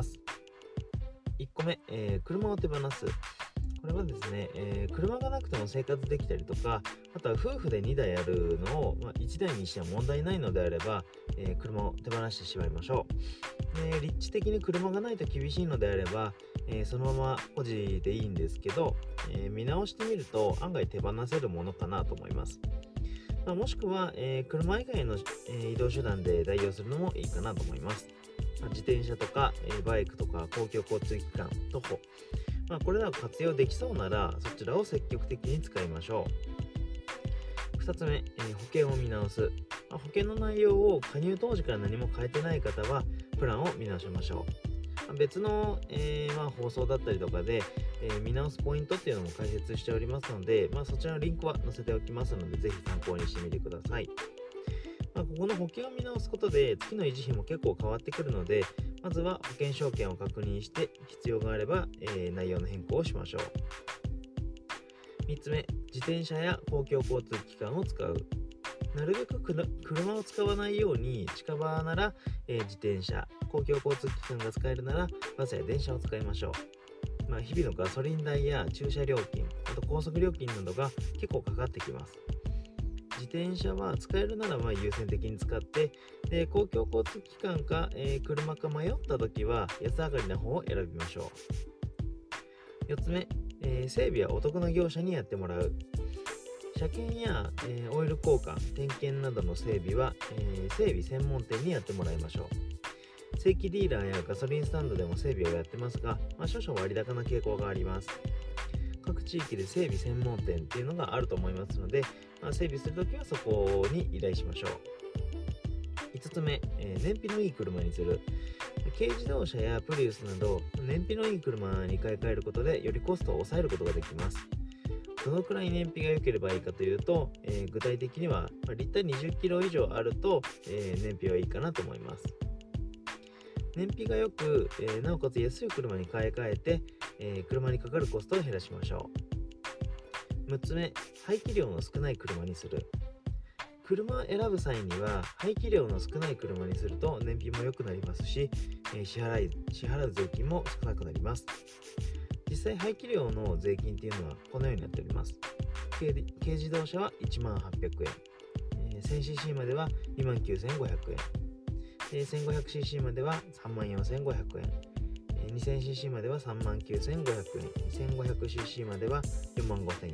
。1個目、車を手放す。これはですね、車がなくても生活できたりとか、あとは夫婦で2台あるのを、1台にしては問題ないのであれば、車を手放してしまいましょう。で、立地的に車がないと厳しいのであれば、そのまま保持でいいんですけど、見直してみると案外手放せるものかなと思います。もしくは、車以外の、移動手段で代用するのもいいかなと思います。自転車とか、バイクとか公共交通機関、徒歩、これらを活用できそうならそちらを積極的に使いましょう。2つ目、保険を見直す。保険の内容を加入当時から何も変えてない方はプランを見直しましょう。別の、放送だったりとかで、見直すポイントっていうのも解説しておりますので、そちらのリンクは載せておきますのでぜひ参考にしてみてください。ここの保険を見直すことで月の維持費も結構変わってくるので、まずは保険証券を確認して必要があれば、内容の変更をしましょう。3つ目、自転車や公共交通機関を使う。なるべく車を使わないように近場なら、自転車、公共交通機関が使えるならバスや電車を使いましょう。日々のガソリン代や駐車料金、あと高速料金などが結構かかってきます。自転車は使えるなら優先的に使って、で公共交通機関か、車か迷った時は安上がりな方を選びましょう。4つ目、整備はお得な業者にやってもらう。車検や、オイル交換、点検などの整備は、整備専門店にやってもらいましょう。正規ディーラーやガソリンスタンドでも整備をやってますが、少々割高な傾向があります。各地域で整備専門店っていうのがあると思いますので、整備するときはそこに依頼しましょう。5つ目、燃費のいい車にする。軽自動車やプリウスなど燃費のいい車に買い替えることでよりコストを抑えることができます。どのくらい燃費が良ければいいかというと、具体的にはリッター20キロ以上あると、燃費はいいかなと思います。燃費が良く、なおかつ安い車に買い替えて、車にかかるコストを減らしましょう。6つ目、排気量の少ない車にする。車を選ぶ際には排気量の少ない車にすると燃費も良くなりますし、支払う税金も少なくなります。実際排気量の税金っていうのはこのようになっております。軽自動車は1800円、1000cc までは29500円、1500cc までは34500円、2000cc までは39500円、1500cc までは45000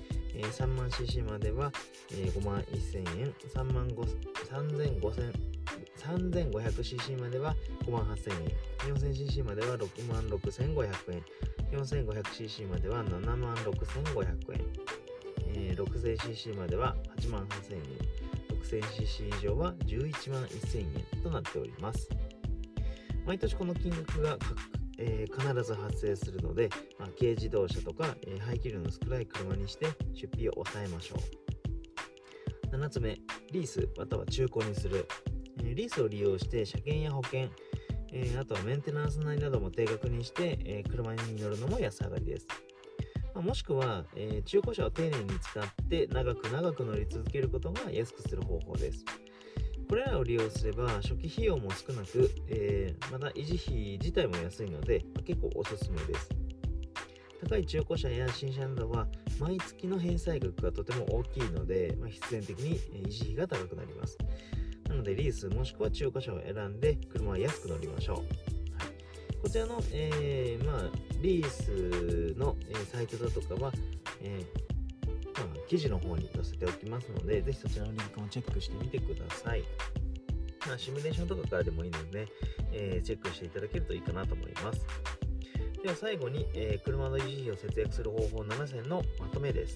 円、3万cc までは5万1000円、3万5000 3500cc までは58,000円、4000cc までは66,500円、4500cc までは76,500円、6000cc までは88,000円、6000cc 以上は111,100円となっております。毎年この金額が必ず発生するので、軽自動車とか、排気量の少ない車にして出費を抑えましょう。7つ目、リースまたは中古にする。リースを利用して車検や保険、あとはメンテナンス代なども定額にして、車に乗るのも安上がりです。もしくは、中古車を丁寧に使って長く乗り続けることが安くする方法です。これらを利用すれば初期費用も少なく、また維持費自体も安いので、結構おすすめです。高い中古車や新車などは毎月の返済額がとても大きいので、必然的に維持費が高くなります。なのでリースもしくは中古車を選んで車は安く乗りましょう。こちらの、リースの、サイトだとかは、記事の方に載せておきますので、ぜひそちらのリンクもチェックしてみてください。シミュレーションとかからでもいいので、チェックしていただけるといいかなと思います。では最後に、車の維持費を節約する方法7選のまとめです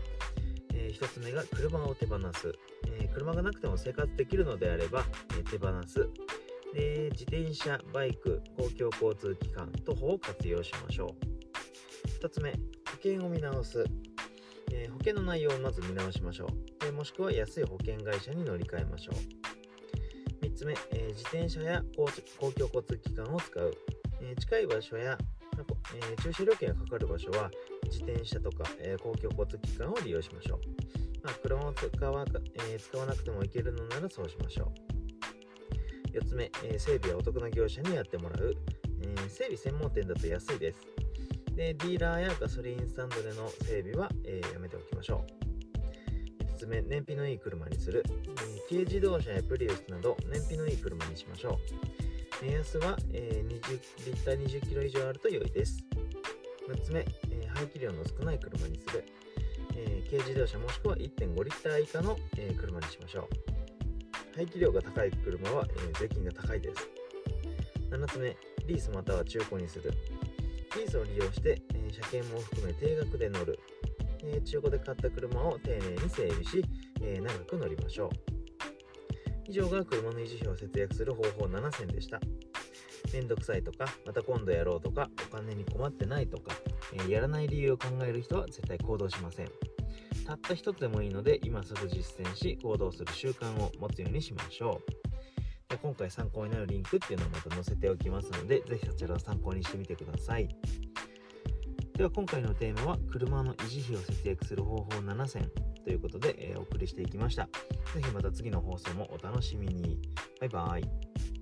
。1つ目が車を手放す。車がなくても生活できるのであれば、手放す。自転車、バイク、公共交通機関、徒歩を活用しましょう。2つ目、保険を見直す。保険の内容をまず見直しましょう。もしくは安い保険会社に乗り換えましょう。3つ目、自転車や公共交通機関を使う。近い場所や、駐車料金がかかる場所は自転車とか、公共交通機関を利用しましょう。車を使わなくても行けるのならそうしましょう。4つ目、整備はお得な業者にやってもらう。整備専門店だと安いです。ディーラーやガソリンスタンドでの整備は、やめておきましょう。5つ目、燃費のいい車にする。軽自動車やプリウスなど燃費のいい車にしましょう。目安は、リッター20キロ以上あると良いです。6つ目、排気量の少ない車にする。軽自動車もしくは 1.5 リッター以下の、車にしましょう。排気量が高い車は、税金が高いです。7つ目、リースまたは中古にする。リースを利用して、車検も含め定額で乗る。中古で買った車を丁寧に整備し、長く乗りましょう。以上が車の維持費を節約する方法7選でした。めんどくさいとか、また今度やろうとか、お金に困ってないとか、やらない理由を考える人は絶対行動しません。たった一つでもいいので、今すぐ実践し、行動する習慣を持つようにしましょう。で今回参考になるリンクっていうのをまた載せておきますので、ぜひそちらを参考にしてみてください。では今回のテーマは、車の維持費を節約する方法7選ということで、お送りしていきました。ぜひまた次の放送もお楽しみに。バイバイ。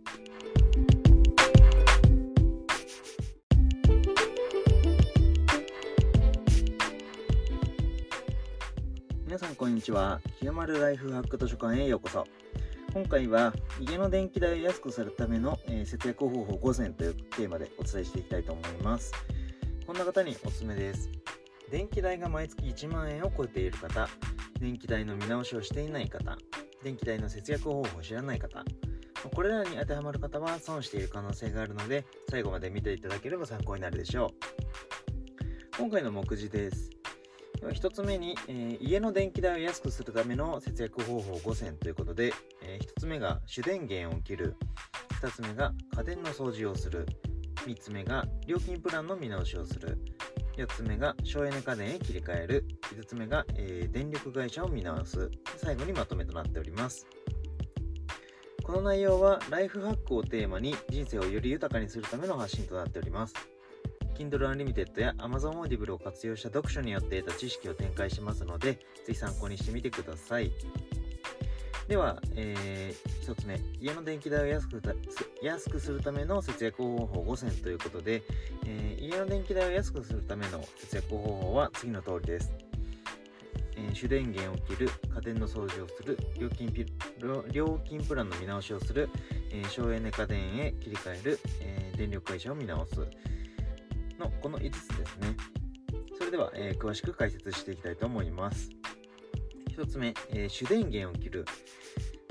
皆さんこんにちは。清丸ライフハック図書館へようこそ。今回は家の電気代を安くするための、節約方法5選というテーマでお伝えしていきたいと思います。こんな方におすすめです。電気代が毎月1万円を超えている方、電気代の見直しをしていない方、電気代の節約方法を知らない方、これらに当てはまる方は損している可能性があるので、最後まで見ていただければ参考になるでしょう。今回の目次です。1つ目に、家の電気代を安くするための節約方法5選ということで、1つ目が主電源を切る、2つ目が家電の掃除をする、3つ目が料金プランの見直しをする、4つ目が省エネ家電へ切り替える、5つ目が、電力会社を見直す、最後にまとめとなっております。この内容はライフハックをテーマに人生をより豊かにするための発信となっております。Kindle Unlimited や Amazon Audible を活用した読書によって得た知識を展開しますので、ぜひ参考にしてみてください。では、1つ目、家の電気代を安くするための節約方法5選ということで、家の電気代を安くするための節約方法は次の通りです。主電源を切る、家電の掃除をする、料金プランの見直しをする、省エネ家電へ切り替える、電力会社を見直すのこの5つですね。それでは、詳しく解説していきたいと思います。1つ目、主電源を切る。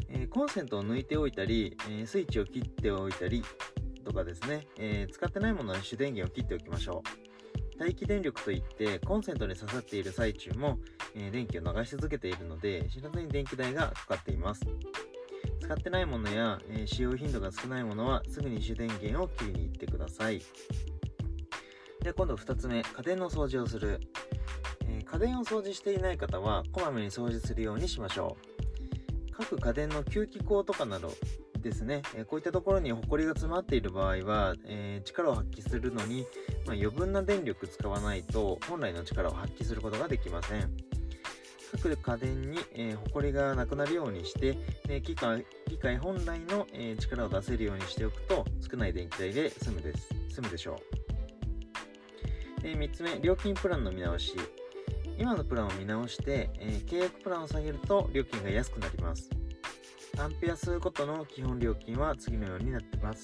コンセントを抜いておいたり、スイッチを切っておいたりとかですね、使ってないものは主電源を切っておきましょう。待機電力といってコンセントに刺さっている最中も、電気を流し続けているので知らずに電気代がかかっています。使ってないものや、使用頻度が少ないものはすぐに主電源を切りに行ってください。で、今度2つ目、家電の掃除をする。家電を掃除していない方はこまめに掃除するようにしましょう。各家電の吸気口とかなどですね、こういったところにホコリが詰まっている場合は、力を発揮するのに、余分な電力使わないと本来の力を発揮することができません。各家電に、ホコリがなくなるようにして、機械本来の、力を出せるようにしておくと少ない電気代で済むでしょう。3つ目、料金プランの見直し。今のプランを見直して、契約プランを下げると料金が安くなります。アンペア数ごとの基本料金は次のようになっています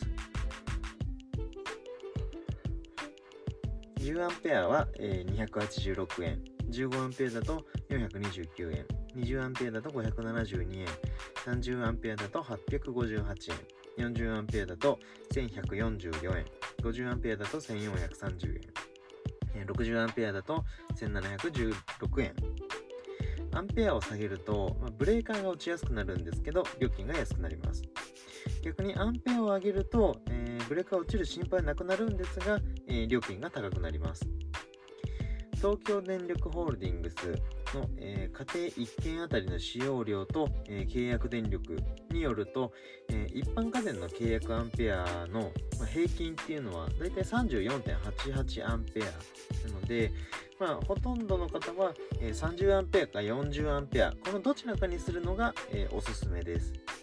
。10アンペアは286円、15アンペアだと429円、20アンペアだと572円、30アンペアだと858円、40アンペアだと1144円、50アンペアだと1430円、60アンペアだと1716円。アンペアを下げると、ブレーカーが落ちやすくなるんですけど料金が安くなります。逆にアンペアを上げると、ブレーカー落ちる心配なくなるんですが、料金が高くなります。東京電力ホールディングスの、家庭1軒あたりの使用量と、契約電力によると、一般家電の契約アンペアの、平均っていうのはだいたい 34.88 アンペアなので、ほとんどの方は、30アンペアか40アンペア、このどちらかにするのが、おすすめです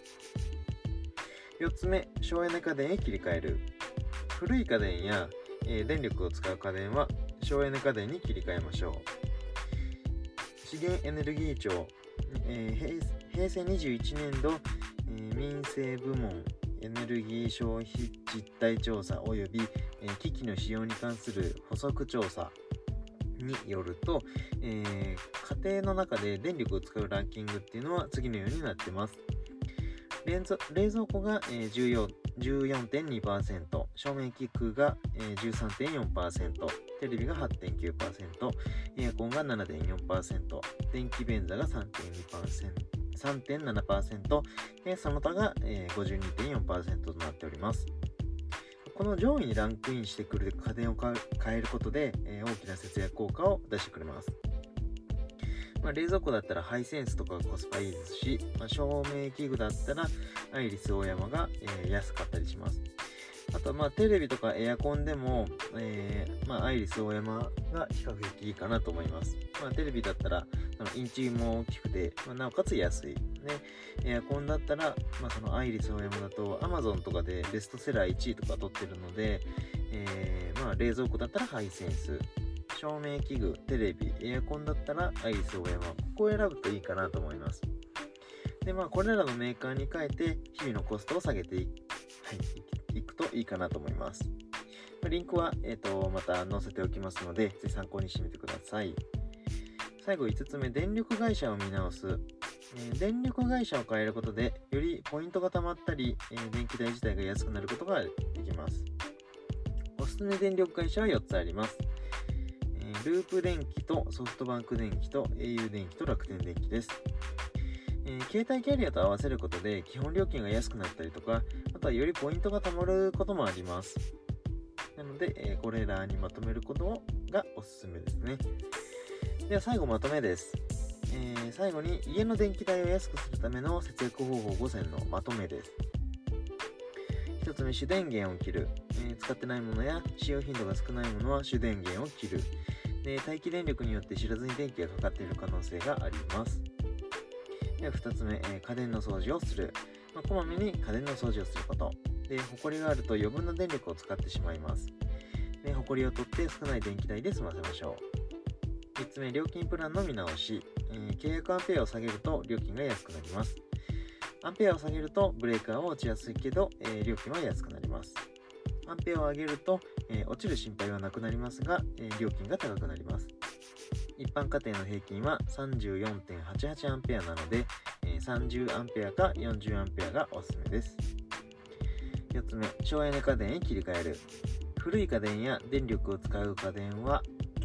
。4つ目、省エネ家電へ切り替える。古い家電や、電力を使う家電は省エネ家電に切り替えましょう。資源エネルギー庁、平成21年度、民生部門エネルギー消費実態調査及び、機器の使用に関する補足調査によると、家庭の中で電力を使うランキングっていうのは次のようになっています。冷蔵庫が 14.2%、照明器具が 13.4%、テレビが 8.9%、エアコンが 7.4%、電気便座が 3.7%、その他が 52.4% となっております。この上位にランクインしてくる家電を変えることで、大きな節約効果を出してくれます。冷蔵庫だったらハイセンスとかがコスパいいですし、照明器具だったらアイリスオーヤマが、安かったりします。あとテレビとかエアコンでも、アイリスオーヤマが比較的いいかなと思います。テレビだったらインチも大きくて、なおかつ安い、エアコンだったら、そのアイリスオーヤマだと Amazon とかでベストセラー1位とか取ってるので、冷蔵庫だったらハイセンス、照明器具、テレビ、エアコンだったらアイリスオーヤマ、ここを選ぶといいかなと思います。で、これらのメーカーに変えて日々のコストを下げていくといいかなと思います。リンクは、また載せておきますので、ぜひ参考にしてみてください。最後5つ目、電力会社を見直す。電力会社を変えることでよりポイントが貯まったり、電気代自体が安くなることができます。おすすめ電力会社は4つあります。ループ電気とソフトバンク電気と au 電気と楽天電気です。携帯キャリアと合わせることで基本料金が安くなったりとか、あとはよりポイントが貯まることもあります。なので、これらにまとめることがおすすめですね。では最後まとめです。最後に家の電気代を安くするための節約方法5選のまとめです。1つ目、主電源を切る。使ってないものや使用頻度が少ないものは主電源を切る。で、待機電力によって知らずに電気がかかっている可能性があります。では2つ目、家電の掃除をする。こまめに家電の掃除をすること。で、ホコリがあると余分な電力を使ってしまいます。で、ホコリを取って少ない電気代で済ませましょう。3つ目、料金プランの見直し。契約アンペアを下げると料金が安くなります。アンペアを下げるとブレーカーは落ちやすいけど、料金は安くなります。アンペアを上げると、落ちる心配はなくなりますが、料金が高くなります。一般家庭の平均は 34.88 アンペアなので、 30A か 40A がおすすめです。4つ目、省エネ家電へ切り替える。古い家電や電力を使う家電は、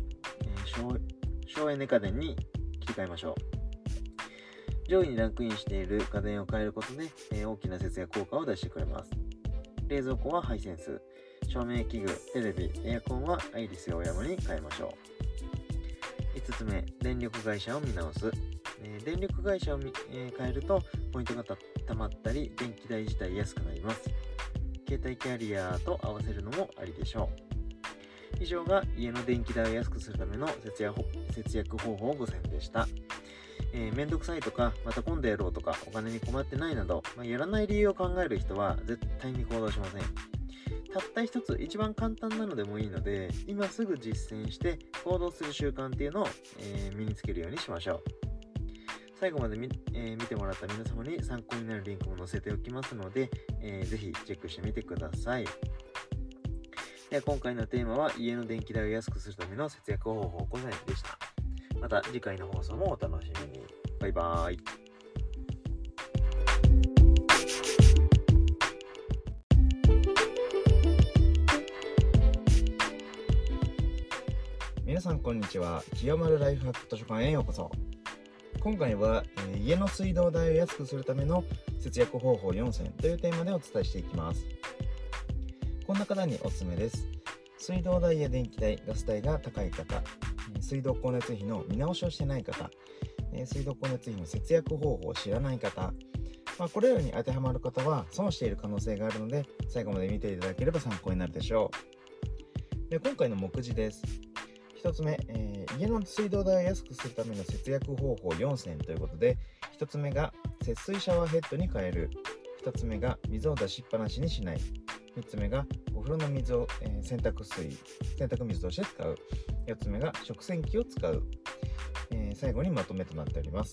省エネ家電に切り替えましょう。上位にランクインしている家電を変えることで、大きな節約効果を出してくれます。冷蔵庫はハイセンス、照明器具、テレビ、エアコンはアイリスオーヤマに変えましょう。5つ目、電力会社を見直す。電力会社を変えるとポイントがたまったり電気代自体安くなります。携帯キャリアと合わせるのもありでしょう。以上が家の電気代を安くするための節約方法5選でした。めんどくさいとかまた今度やろうとかお金に困ってないなど、やらない理由を考える人は絶対に行動しません。たった一つ一番簡単なのでもいいので今すぐ実践して行動する習慣っていうのを、身につけるようにしましょう。最後まで見てもらった皆様に参考になるリンクも載せておきますので、ぜひチェックしてみてください。では今回のテーマは家の電気代を安くするための節約方法5選でした。また次回の放送もお楽しみに。バイバーイ。 皆さんこんにちは。清丸ライフハック図書館へようこそ。今回は、家の水道代を安くするための節約方法4選というテーマでお伝えしていきます。こんな方におすすめです。水道代や電気代、ガス代が高い方、水道光熱費の見直しをしてない方、水道光熱費の節約方法を知らない方、これらに当てはまる方は損している可能性があるので最後まで見ていただければ参考になるでしょう。で今回の目次です。1つ目、家の水道代を安くするための節約方法4選ということで、1つ目が節水シャワーヘッドに変える、2つ目が水を出しっぱなしにしない、3つ目がお風呂の水を、洗濯水として使う、4つ目が食洗機を使う、最後にまとめとなっております。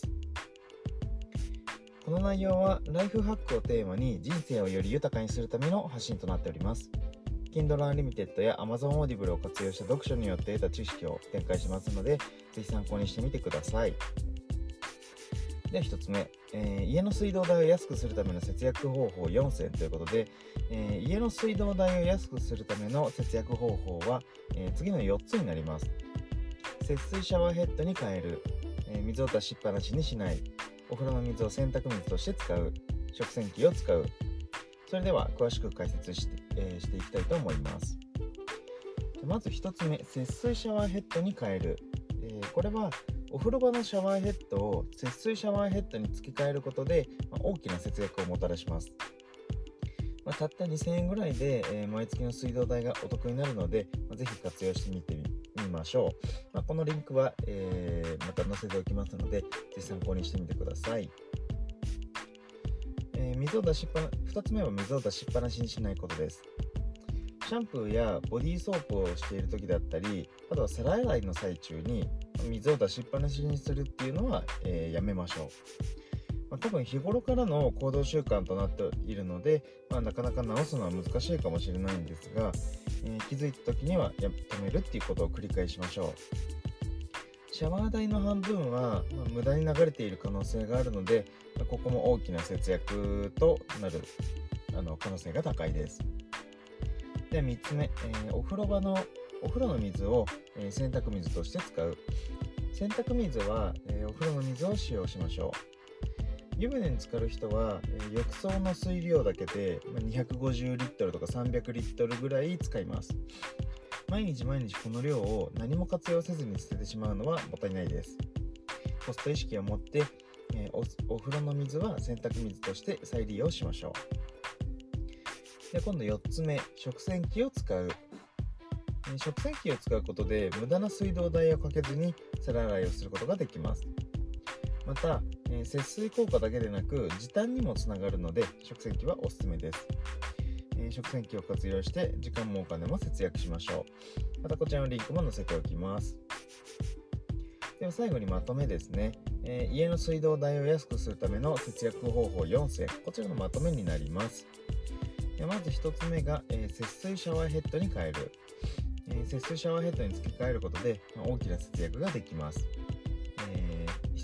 この内容はライフハックをテーマに人生をより豊かにするための発信となっております。Kindle Unlimited や Amazon Audible を活用した読書によって得た知識を展開しますので、ぜひ参考にしてみてください。では1つ目、家の水道代を安くするための節約方法4選ということで、家の水道代を安くするための節約方法は、次の4つになります。節水シャワーヘッドに変える、水を出しっぱなしにしない、お風呂の水を洗濯水として使う、食洗機を使う。それでは詳しく解説していきたいと思います。まず1つ目、節水シャワーヘッドに変える。これはお風呂場のシャワーヘッドを節水シャワーヘッドに付け替えることで、大きな節約をもたらします。たった2000円ぐらいで、毎月の水道代がお得になるので、ぜひ活用してみましょう。このリンクは、また載せておきますので、ぜひ参考にしてみてください。2つ目は水を出しっぱなしにしないことです。シャンプーやボディーソープをしている時だったり、あとは皿洗いの最中に水を出しっぱなしにするっていうのは、やめましょう。多分日頃からの行動習慣となっているので、なかなか直すのは難しいかもしれないんですが、気づいた時には止めるっていうことを繰り返しましょう。シャワー代の半分は、無駄に流れている可能性があるので、ここも大きな節約となる可能性が高いです。で3つ目、お風呂の水を、洗濯水として使う。洗濯水は、お風呂の水を使用しましょう。湯船に浸かる人は、浴槽の水量だけで250リットルとか300リットルぐらい使います。毎日この量を何も活用せずに捨ててしまうのはもったいないです。コスト意識を持って、お風呂の水は洗濯水として再利用しましょう。で今度4つ目、食洗機を使う。食洗機を使うことで無駄な水道代をかけずに皿洗いをすることができます。また、節水効果だけでなく時短にもつながるので食洗機はおすすめです。食洗機を活用して時間もお金も節約しましょう。またこちらのリンクも載せておきます。では最後にまとめですね。家の水道代を安くするための節約方法4選、こちらのまとめになります。まず1つ目が、節水シャワーヘッドに変える。節水シャワーヘッドに付け替えることで、大きな節約ができます。1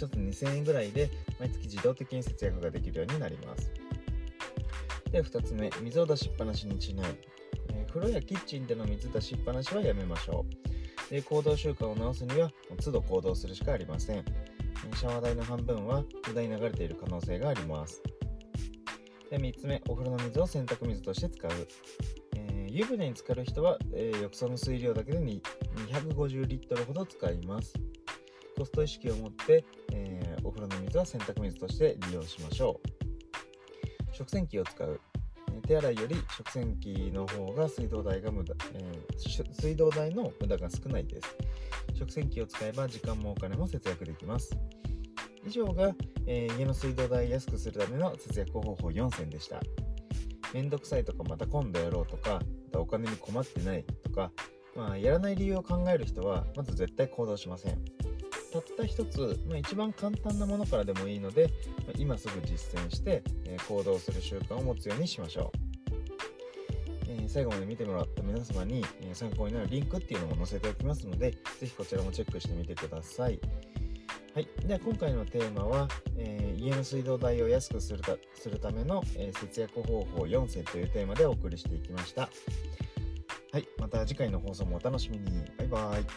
1つ2000円ぐらいで毎月自動的に節約ができるようになります。で、2つ目、水を出しっぱなしにしない。風呂やキッチンでの水出しっぱなしはやめましょう。で、行動習慣を直すには都度行動するしかありません。シャワー代の半分は無駄に流れている可能性があります。で、3つ目、お風呂の水を洗濯水として使う。湯船に浸かる人は、浴槽の水量だけで250リットルほど使います。コスト意識を持って、お風呂の水は洗濯水として利用しましょう。食洗機を使う。手洗いより食洗機の方が水道代の無駄が少ないです。食洗機を使えば時間もお金も節約できます。以上が、家の水道代を安くするための節約方法4選でした。めんどくさいとか、また今度やろうとか、お金に困ってないとか、やらない理由を考える人はまず絶対行動しません。たった一つ、一番簡単なものからでもいいので、今すぐ実践して、行動する習慣を持つようにしましょう。最後まで見てもらった皆様に、参考になるリンクっていうのも載せておきますので、ぜひこちらもチェックしてみてください。はい、では今回のテーマは、家の水道代を安くするための、節約方法4選というテーマでお送りしていきました。はい、また次回の放送もお楽しみに。バイバイ。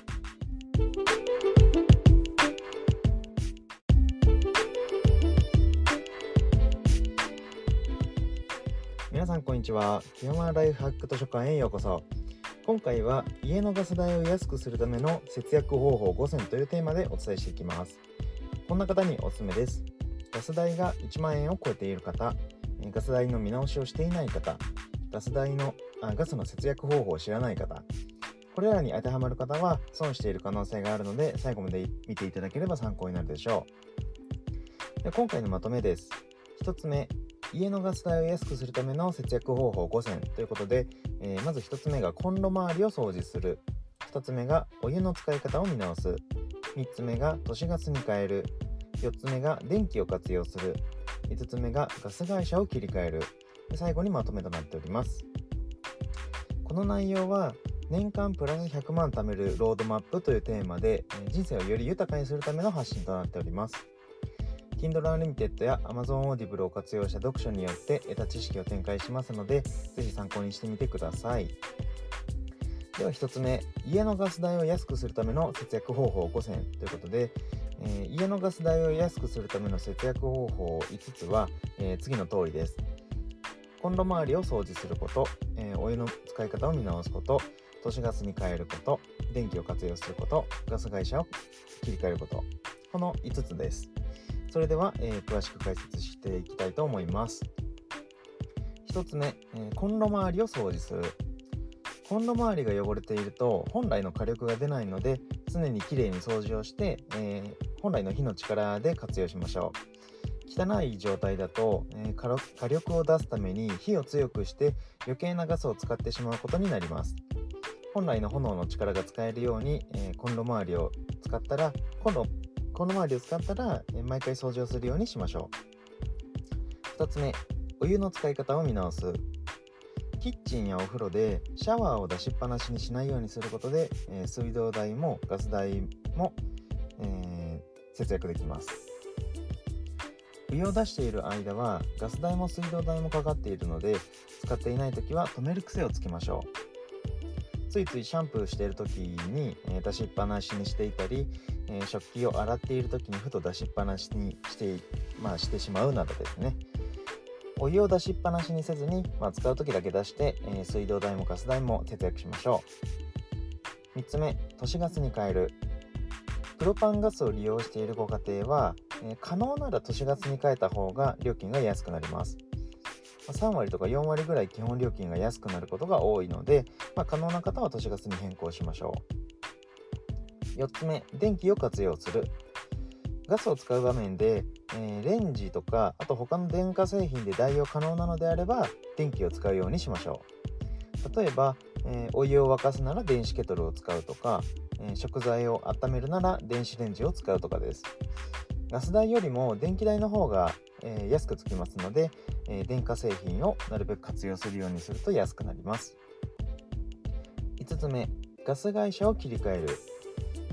皆さんこんにちは。清間ライフハック図書館へようこそ。今回は家のガス代を安くするための節約方法5選というテーマでお伝えしていきます。こんな方におすすめです。ガス代が1万円を超えている方、ガス代の見直しをしていない方、ガスの節約方法を知らない方、これらに当てはまる方は損している可能性があるので、最後まで見ていただければ参考になるでしょう。で、今回のまとめです。1つ目、家のガス代を安くするための節約方法5選ということで、まず1つ目がコンロ周りを掃除する。2つ目がお湯の使い方を見直す。3つ目が都市ガスに変える。4つ目が電気を活用する。5つ目がガス会社を切り替える。最後にまとめとなっております。この内容は年間プラス100万貯めるロードマップというテーマで、人生をより豊かにするための発信となっております。Kindle Unlimited や Amazon Audible を活用した読書によって得た知識を展開しますので、ぜひ参考にしてみてください。では1つ目、家のガス代を安くするための節約方法5選ということで、家のガス代を安くするための節約方法5つは、次の通りです。コンロ周りを掃除すること、お湯の使い方を見直すこと、都市ガスに変えること、電気を活用すること、ガス会社を切り替えること、この5つです。それでは、詳しく解説していきたいと思います。1つ目、コンロ周りを掃除する。コンロ周りが汚れていると本来の火力が出ないので、常にきれいに掃除をして、本来の火の力で活用しましょう。汚い状態だと、火力を出すために火を強くして余計なガスを使ってしまうことになります。本来の炎の力が使えるように、コンロ周りを使ったら毎回掃除をするようにしましょう。2つ目、お湯の使い方を見直す。キッチンやお風呂でシャワーを出しっぱなしにしないようにすることで、水道代もガス代も、節約できます。お湯を出している間はガス代も水道代もかかっているので、使っていないときは止める癖をつけましょう。ついついシャンプーしているときに、出しっぱなしにしていたり、食器を洗っているときにふと出しっぱなしにしてしまうなどですね。お湯を出しっぱなしにせずに、使うときだけ出して、水道代もガス代も節約しましょう。3つ目、都市ガスに変える。プロパンガスを利用しているご家庭は、可能なら都市ガスに変えた方が料金が安くなります。3割とか4割ぐらい基本料金が安くなることが多いので、可能な方は都市ガスに変更しましょう。4つ目、電気を活用する。ガスを使う場面で、レンジとかあと他の電化製品で代用可能なのであれば電気を使うようにしましょう。例えば、お湯を沸かすなら電子ケトルを使うとか、食材を温めるなら電子レンジを使うとかです。ガス代よりも電気代の方が、安くつきますので、電化製品をなるべく活用するようにすると安くなります。5つ目、ガス会社を切り替える。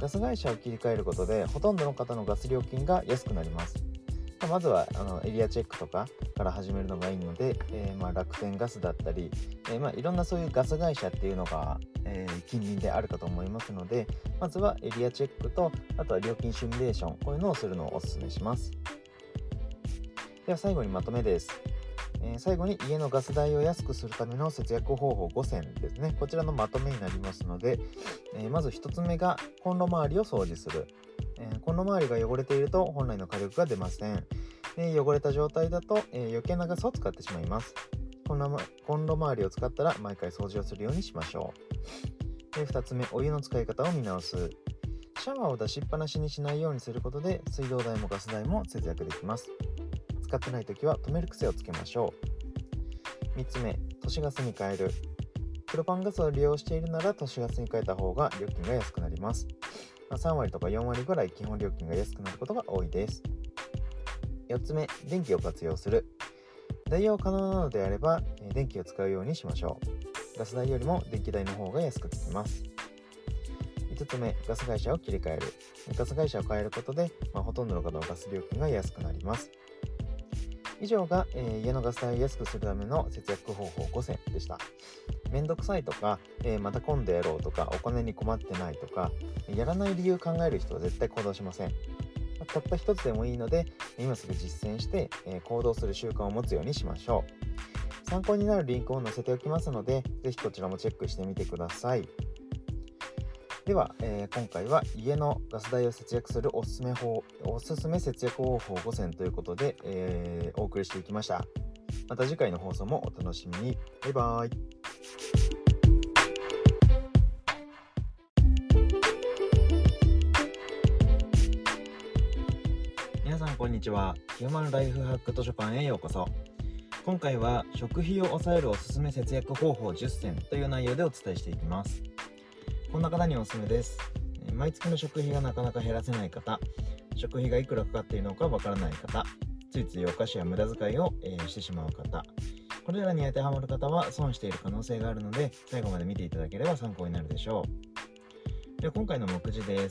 ガス会社を切り替えることでほとんどの方のガス料金が安くなります。まずはエリアチェックとかから始めるのがいいので、楽天ガスだったり、いろんなそういうガス会社っていうのが、近隣であるかと思いますので、まずはエリアチェックと、あとは料金シミュレーション、こういうのをするのをお勧めします。では最後にまとめです。最後に家のガス代を安くするための節約方法5選ですね。こちらのまとめになりますので、まず1つ目がコンロ周りを掃除する。コンロ周りが汚れていると本来の火力が出ません。汚れた状態だと、余計なガスを使ってしまいます。コンロ周りを使ったら毎回掃除をするようにしましょう。2つ目、お湯の使い方を見直す。シャワーを出しっぱなしにしないようにすることで水道代もガス代も節約できます。使ってないときは止める癖をつけましょう。3つ目、都市ガスに変える。プロパンガスを利用しているなら都市ガスに変えた方が料金が安くなります。3割とか4割ぐらい基本料金が安くなることが多いです。4つ目、電気を活用する。代用可能なのであれば、電気を使うようにしましょう。ガス代よりも電気代の方が安くつきます。5つ目、ガス会社を切り替える。ガス会社を変えることで、ほとんどの方のガス料金が安くなります。以上が、家のガス代を安くするための節約方法5選でした。めんどくさいとか、また今度やろうとか、お金に困ってないとか、やらない理由考える人は絶対行動しません。たった一つでもいいので、今すぐ実践して、行動する習慣を持つようにしましょう。参考になるリンクを載せておきますので、ぜひこちらもチェックしてみてください。では、今回は家のガス代を節約するおすすめ節約方法5選ということで、お送りしていきました。また次回の放送もお楽しみに。バイバイ。皆さんこんにちは。ヒューマンライフハック図書館へようこそ。今回は食費を抑えるおすすめ節約方法10選という内容でお伝えしていきます。こんな方におすすめです。毎月の食費がなかなか減らせない方、食費がいくらかかっているのかわからない方、ついついお菓子や無駄遣いを、してしまう方、これらに当てはまる方は損している可能性があるので、最後まで見ていただければ参考になるでしょう。では今回の目次です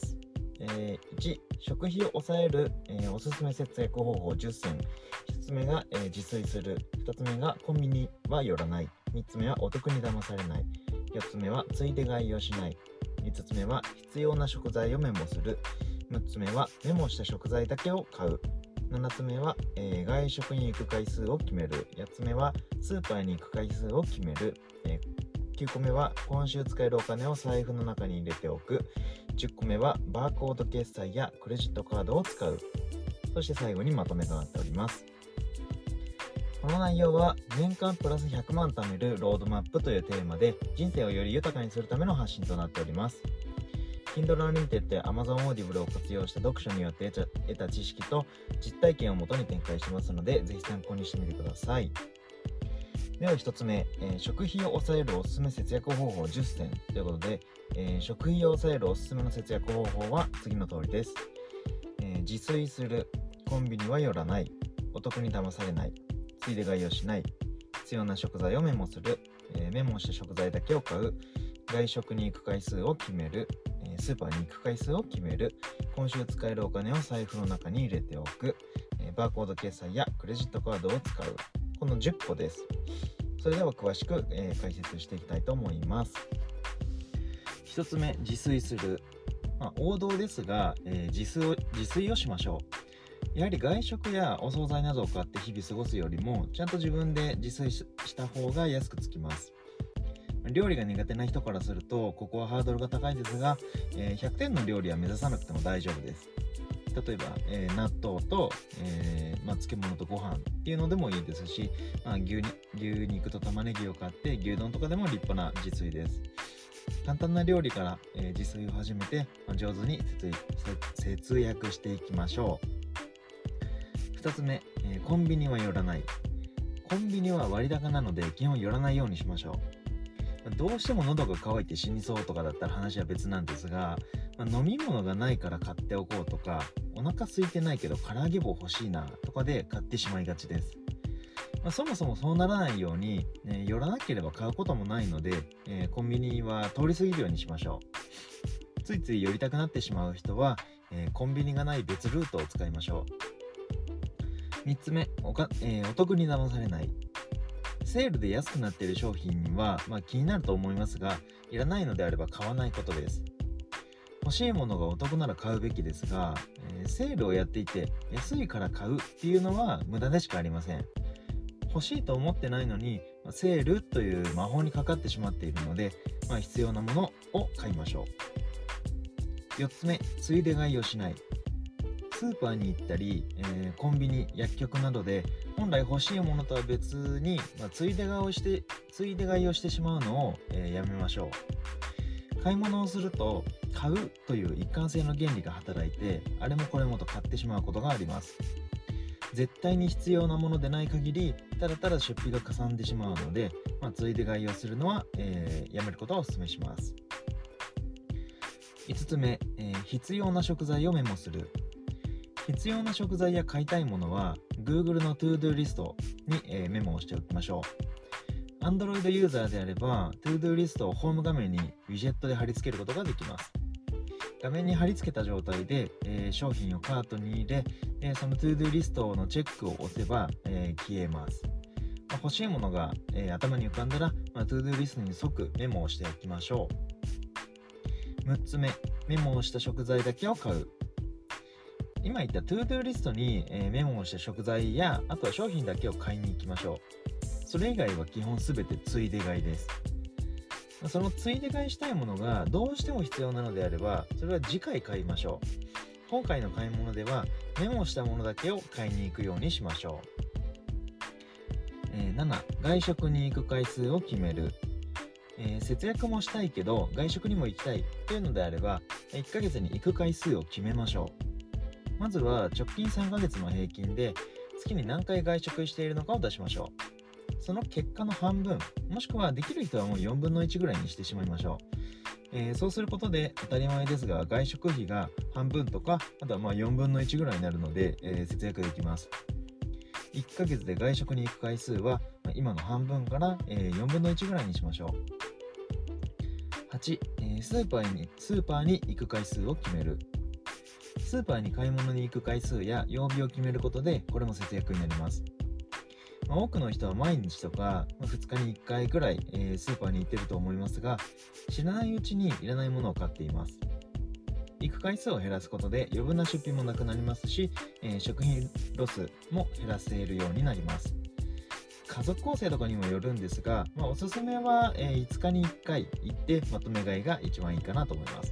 。1、食費を抑える、おすすめ節約方法10選。1つ目が、自炊する。2つ目がコンビニは寄らない。3つ目はお得に騙されない。4つ目はついで買いをしない。5つ目は必要な食材をメモする。6つ目はメモした食材だけを買う。7つ目は、外食に行く回数を決める。8つ目はスーパーに行く回数を決める。9個目は今週使えるお金を財布の中に入れておく。10個目はバーコード決済やクレジットカードを使う。そして最後にまとめとなっております。この内容は年間プラス100万貯めるロードマップというテーマで人生をより豊かにするための発信となっております。Kindle Unlimited や Amazon Audible を活用した読書によって得た知識と実体験をもとに展開してますので、ぜひ参考にしてみてください。では1つ目、食費を抑えるおすすめ節約方法10選ということで、食費を抑えるおすすめの節約方法は次の通りです。自炊する、コンビニは寄らない、お得に騙されない、ついで買いをしない、必要な食材をメモする、メモした食材だけを買う、外食に行く回数を決める、スーパーに行く回数を決める、今週使えるお金を財布の中に入れておく、バーコード決済やクレジットカードを使う。この10個です。それでは詳しく、解説していきたいと思います。1つ目、自炊する。王道ですが、自炊をしましょう。やはり外食やお惣菜などを買って日々過ごすよりも、ちゃんと自分で自炊した方が安くつきます。料理が苦手な人からするとここはハードルが高いですが、100点の料理は目指さなくても大丈夫です。例えば、納豆と、漬物とご飯っていうのでもいいですし、牛肉と玉ねぎを買って牛丼とかでも立派な自炊です。簡単な料理から、自炊を始めて、上手に節約していきましょう。2つ目、コンビニは寄らない。コンビニは割高なので基本寄らないようにしましょう。どうしても喉が渇いて死にそうとかだったら話は別なんですが、飲み物がないから買っておこうとか、お腹空いてないけど唐揚げ棒欲しいなとかで買ってしまいがちです。そもそもそうならないように、寄らなければ買うこともないので、コンビニは通り過ぎるようにしましょう。つついつい寄りたくなってしまう人は、コンビニがない別ルートを使いましょう。3つ目、お得に騙されない。セールで安くなっている商品は、気になると思いますが、いらないのであれば買わないことです。欲しいものがお得なら買うべきですが、セールをやっていて安いから買うっていうのは無駄でしかありません。欲しいと思ってないのにセールという魔法にかかってしまっているので、必要なものを買いましょう。4つ目、ついで買いをしない。スーパーに行ったり、コンビニ、薬局などで本来欲しいものとは別に、ついで買いをしてしまうのを、やめましょう。買い物をすると買うという一貫性の原理が働いて、あれもこれもと買ってしまうことがあります。絶対に必要なものでない限りただただ出費がかさんでしまうので、ついで買いをするのは、やめることをお勧めします。5つ目、必要な食材をメモする。必要な食材や買いたいものは Google の To-Do リストに、メモをしておきましょう。Android ユーザーであれば To-Do リストをホーム画面にウィジェットで貼り付けることができます。画面に貼り付けた状態で、商品をカートに入れ、その To-Do リストのチェックを押せば、消えます。欲しいものが、頭に浮かんだら、To-Do リストに即メモをしておきましょう。6つ目、メモをした食材だけを買う。今言った To-Do リストに、メモをした食材や、あとは商品だけを買いに行きましょう。それ以外は基本すべてついで買いです。そのついで買いしたいものがどうしても必要なのであれば、それは次回買いましょう。今回の買い物ではメモしたものだけを買いに行くようにしましょう。7、外食に行く回数を決める。節約もしたいけど外食にも行きたいというのであれば、1ヶ月に行く回数を決めましょう。まずは直近3ヶ月の平均で月に何回外食しているのかを出しましょう。その結果の半分、もしくはできる人はもう4分の1ぐらいにしてしまいましょう。そうすることで当たり前ですが外食費が半分とか、あとは4分の1ぐらいになるので、節約できます。1ヶ月で外食に行く回数は今の半分から、4分の1ぐらいにしましょう。8、スーパーに行く回数を決める。スーパーに買い物に行く回数や曜日を決めることでこれも節約になります。多くの人は毎日とか2日に1回くらい、スーパーに行ってると思いますが、知らないうちにいらないものを買っています。行く回数を減らすことで余分な出費もなくなりますし、食品ロスも減らせるようになります。家族構成とかにもよるんですが、おすすめは、5日に1回行ってまとめ買いが一番いいかなと思います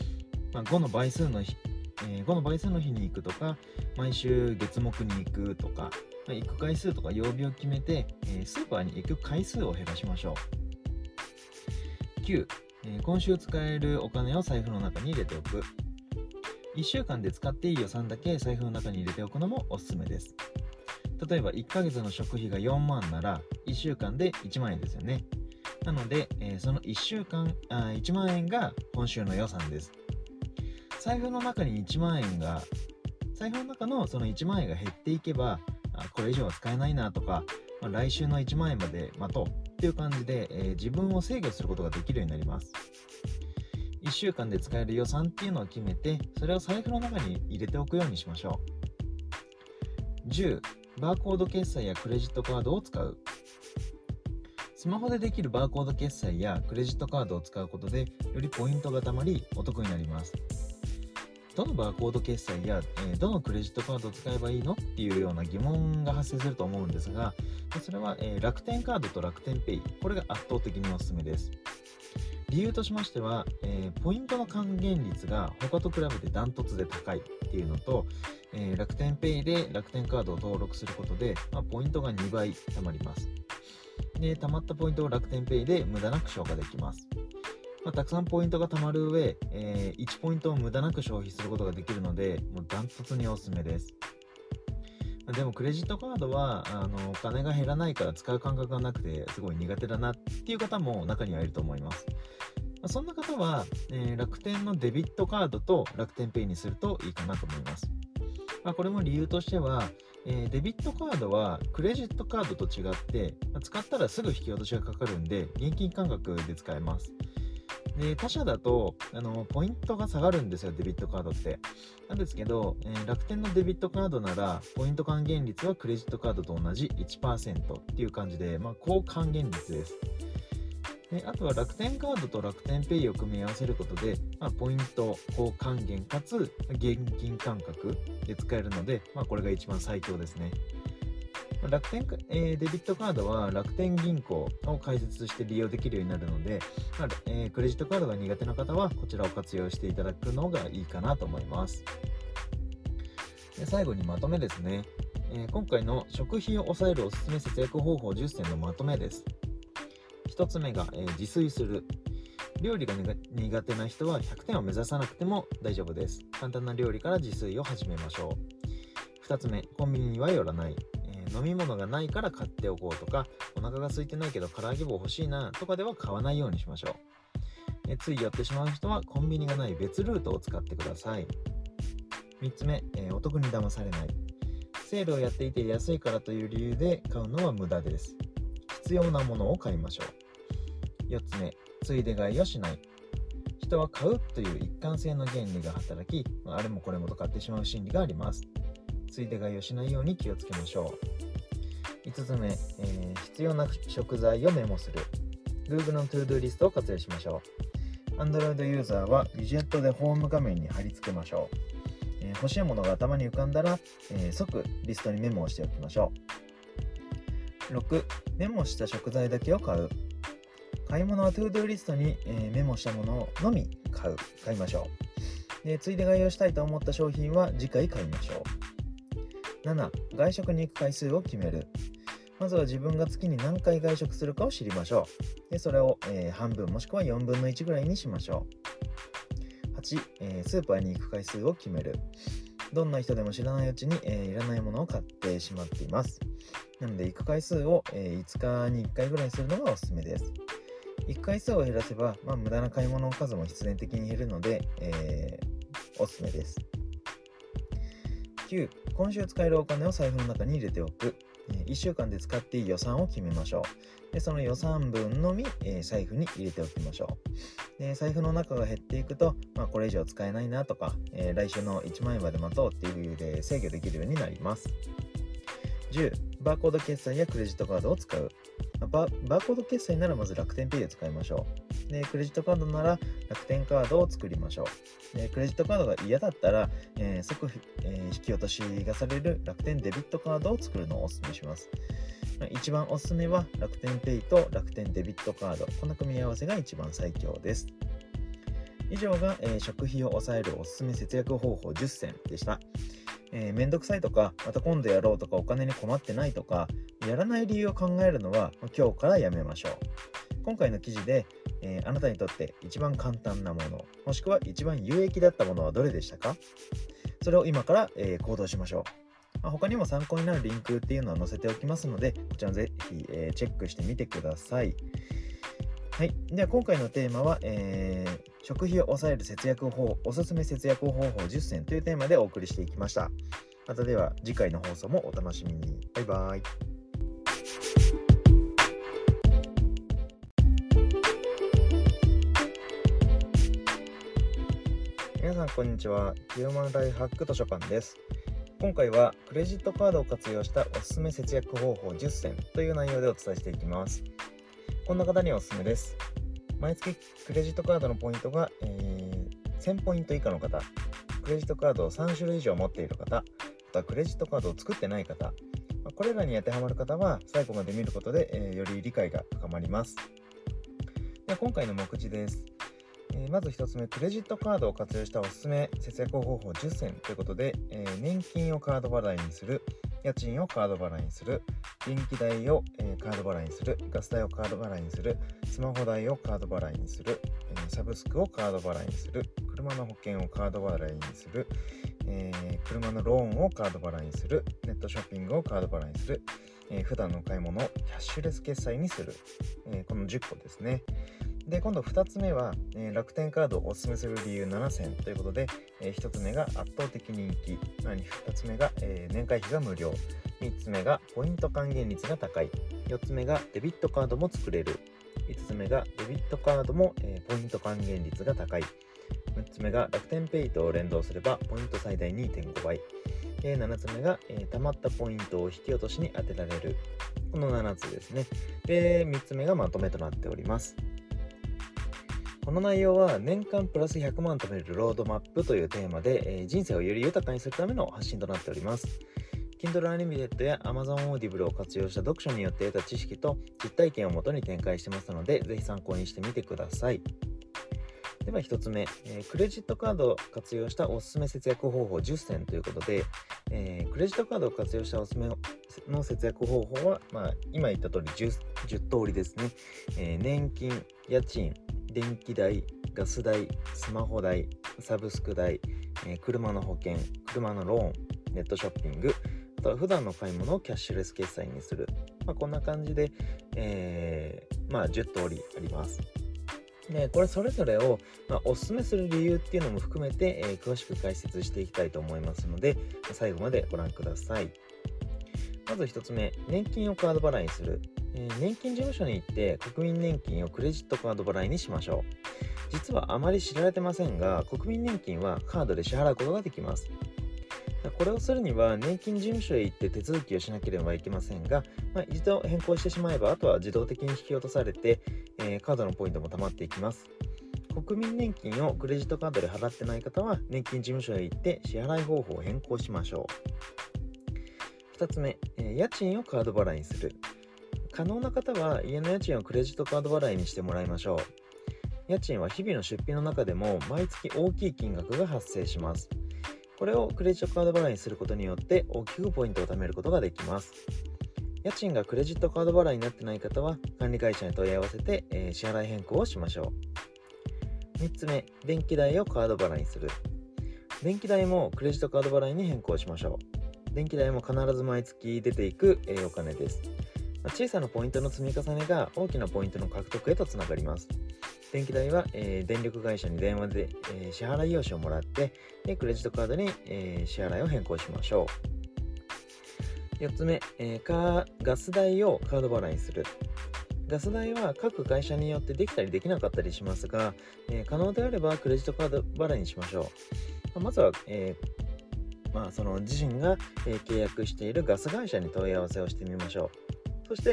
。5の倍数の日に行くとか、毎週月木に行くとか、行く回数とか曜日を決めて、スーパーに行く回数を減らしましょう。9、今週使えるお金を財布の中に入れておく。1週間で使っていい予算だけ財布の中に入れておくのもおすすめです。例えば1ヶ月の食費が4万なら1週間で1万円ですよね。なので、その1万円が今週の予算です。財布の中のその1万円が減っていけば、これ以上は使えないなとか、来週の1万円まで待とうっていう感じで、自分を制御することができるようになります。1週間で使える予算っていうのを決めて、それを財布の中に入れておくようにしましょう。10、バーコード決済やクレジットカードを使う。スマホでできるバーコード決済やクレジットカードを使うことで、よりポイントがたまりお得になります。どのバーコード決済や、どのクレジットカードを使えばいいのっていうような疑問が発生すると思うんですが、それは、楽天カードと楽天ペイ、これが圧倒的におすすめです。理由としましては、ポイントの還元率が他と比べてダントツで高いっていうのと、楽天ペイで楽天カードを登録することで、ポイントが2倍貯まります。で、貯まったポイントを楽天ペイで無駄なく消化できます。たくさんポイントが貯まる上、1ポイントを無駄なく消費することができるので、もうダントツにおすすめです。でもクレジットカードはお金が減らないから使う感覚がなくてすごい苦手だなっていう方も中にはいると思います。そんな方は、楽天のデビットカードと楽天ペイにするといいかなと思います。これも理由としては、デビットカードはクレジットカードと違って、使ったらすぐ引き落としがかかるんで現金感覚で使えます。 で他社だとポイントが下がるんですよ、デビットカードって。なんですけど、楽天のデビットカードならポイント還元率はクレジットカードと同じ 1% っていう感じで、高還元率です。であとは楽天カードと楽天ペイを組み合わせることで、ポイント高還元かつ現金感覚で使えるので、これが一番最強ですね。楽天、デビットカードは楽天銀行を開設して利用できるようになるので、クレジットカードが苦手な方はこちらを活用していただくのがいいかなと思います。で最後にまとめですね。今回の食費を抑えるおすすめ節約方法10選のまとめです。1つ目が、自炊する。料理が苦手な人は100点を目指さなくても大丈夫です。簡単な料理から自炊を始めましょう。2つ目、コンビニには寄らない。飲み物がないから買っておこうとか、お腹が空いてないけど唐揚げ棒欲しいなとかでは買わないようにしましょう。ついやってしまう人はコンビニがない別ルートを使ってください。3つ目、お得に騙されない。セールをやっていて安いからという理由で買うのは無駄です。必要なものを買いましょう。4つ目、ついで買いをしない。人は買うという一貫性の原理が働き、あれもこれもと買ってしまう心理があります。ついで買いをしないように気をつけましょう。5つ目、必要な食材をメモする。 Google の ToDo リストを活用しましょう。 Android ユーザーはウィジェットでホーム画面に貼り付けましょう。欲しいものが頭に浮かんだら、即リストにメモをしておきましょう。6、メモした食材だけを買う。買い物は ToDo リストに、メモしたもののみ買いましょう。ついで買いをしたいと思った商品は次回買いましょう。7、外食に行く回数を決める。まずは自分が月に何回外食するかを知りましょう。でそれを、半分もしくは4分の1ぐらいにしましょう。8、スーパーに行く回数を決める。どんな人でも知らないうちに、いらないものを買ってしまっています。なので行く回数を、5日に1回ぐらいにするのがおすすめです。行く回数を減らせば、無駄な買い物の数も必然的に減るので、おすすめです。9、今週使えるお金を財布の中に入れておく。1週間で使っていい予算を決めましょう。でその予算分のみ、財布に入れておきましょう。で財布の中が減っていくと、これ以上使えないなとか、来週の1万円まで待とうっていう理由で制御できるようになります。10、バーコード決済やクレジットカードを使う。バーコード決済ならまず楽天ペイを使いましょう。でクレジットカードなら楽天カードを作りましょう。でクレジットカードが嫌だったら、即、引き落としがされる楽天デビットカードを作るのをお勧めします。一番おすすめは楽天ペイと楽天デビットカード、この組み合わせが一番最強です。以上が、食費を抑えるおすすめ節約方法10選でした。めんどくさいとか、また今度やろうとか、お金に困ってないとか、やらない理由を考えるのは今日からやめましょう。今回の記事で、あなたにとって一番簡単なもの、もしくは一番有益だったものはどれでしたか？それを今から、行動しましょう。他にも参考になるリンクっていうのは載せておきますので、こちらぜひ、チェックしてみてください。はい、では今回のテーマは、食費を抑えるおすすめ節約方法10選というテーマでお送りしていきました。またでは次回の放送もお楽しみに。バイバイ。皆さんこんにちは。清丸ライフハック図書館です。今回はクレジットカードを活用したおすすめ節約方法10選という内容でお伝えしていきます。こんな方におすすめです。毎月クレジットカードのポイントが、1000ポイント以下の方、クレジットカードを3種類以上持っている方、あとはクレジットカードを作ってない方、これらに当てはまる方は最後まで見ることで、より理解が深まります。では今回の目次です。まず1つ目、クレジットカードを活用したおすすめ節約方法10選ということで、年金をカード払いにする、家賃をカード払いにする、電気代を、カード払いにする、ガス代をカード払いにする、スマホ代をカード払いにする、サブスクをカード払いにする、車の保険をカード払いにする、車のローンをカード払いにする、ネットショッピングをカード払いにする、普段の買い物をキャッシュレス決済にする、この10個ですね。で今度2つ目は、楽天カードをおすすめする理由7選ということで、1つ目が圧倒的人気、2つ目が、年会費が無料、3つ目がポイント還元率が高い、4つ目がデビットカードも作れる、 5つ目がデビットカードも、ポイント還元率が高い。6つ目が楽天ペイと連動すればポイント最大 2.5 倍。7つ目が、貯まったポイントを引き落としに当てられる。この7つですね。で、3つ目がまとめとなっております。この内容は年間プラス100万貯めるロードマップというテーマで、人生をより豊かにするための発信となっております。Kindle Unlimited や Amazon Audible を活用した読書によって得た知識と実体験をもとに展開してますので、ぜひ参考にしてみてください。では1つ目、クレジットカードを活用したおすすめ節約方法10選ということで、クレジットカードを活用したおすすめの節約方法は、今言った通り 10通りですね。年金、家賃、電気代、ガス代、スマホ代、サブスク代、車の保険、車のローン、ネットショッピング、あとは普段の買い物をキャッシュレス決済にする。こんな感じで、10通りあります。で、これそれぞれを、おすすめする理由っていうのも含めて、詳しく解説していきたいと思いますので、最後までご覧ください。まず1つ目、年金をカード払いにする。年金事務所に行って国民年金をクレジットカード払いにしましょう。実はあまり知られてませんが、国民年金はカードで支払うことができます。これをするには年金事務所へ行って手続きをしなければいけませんが、一度変更してしまえばあとは自動的に引き落とされて、カードのポイントも貯まっていきます。国民年金をクレジットカードで払ってない方は年金事務所へ行って支払い方法を変更しましょう。2つ目、家賃をカード払いにする。可能な方は家の家賃をクレジットカード払いにしてもらいましょう。家賃は日々の出費の中でも毎月大きい金額が発生します。これをクレジットカード払いにすることによって大きくポイントを貯めることができます。家賃がクレジットカード払いになってない方は管理会社に問い合わせて、支払い変更をしましょう。3つ目、電気代をカード払いにする。電気代もクレジットカード払いに変更しましょう。電気代も必ず毎月出ていく、お金です。小さなポイントの積み重ねが大きなポイントの獲得へとつながります。電気代は、電力会社に電話で、支払い用紙をもらってでクレジットカードに、支払いを変更しましょう。4つ目、ガス代をカード払いにする。ガス代は各会社によってできたりできなかったりしますが、可能であればクレジットカード払いにしましょう。まずは、その自身が、契約しているガス会社に問い合わせをしてみましょう。そして、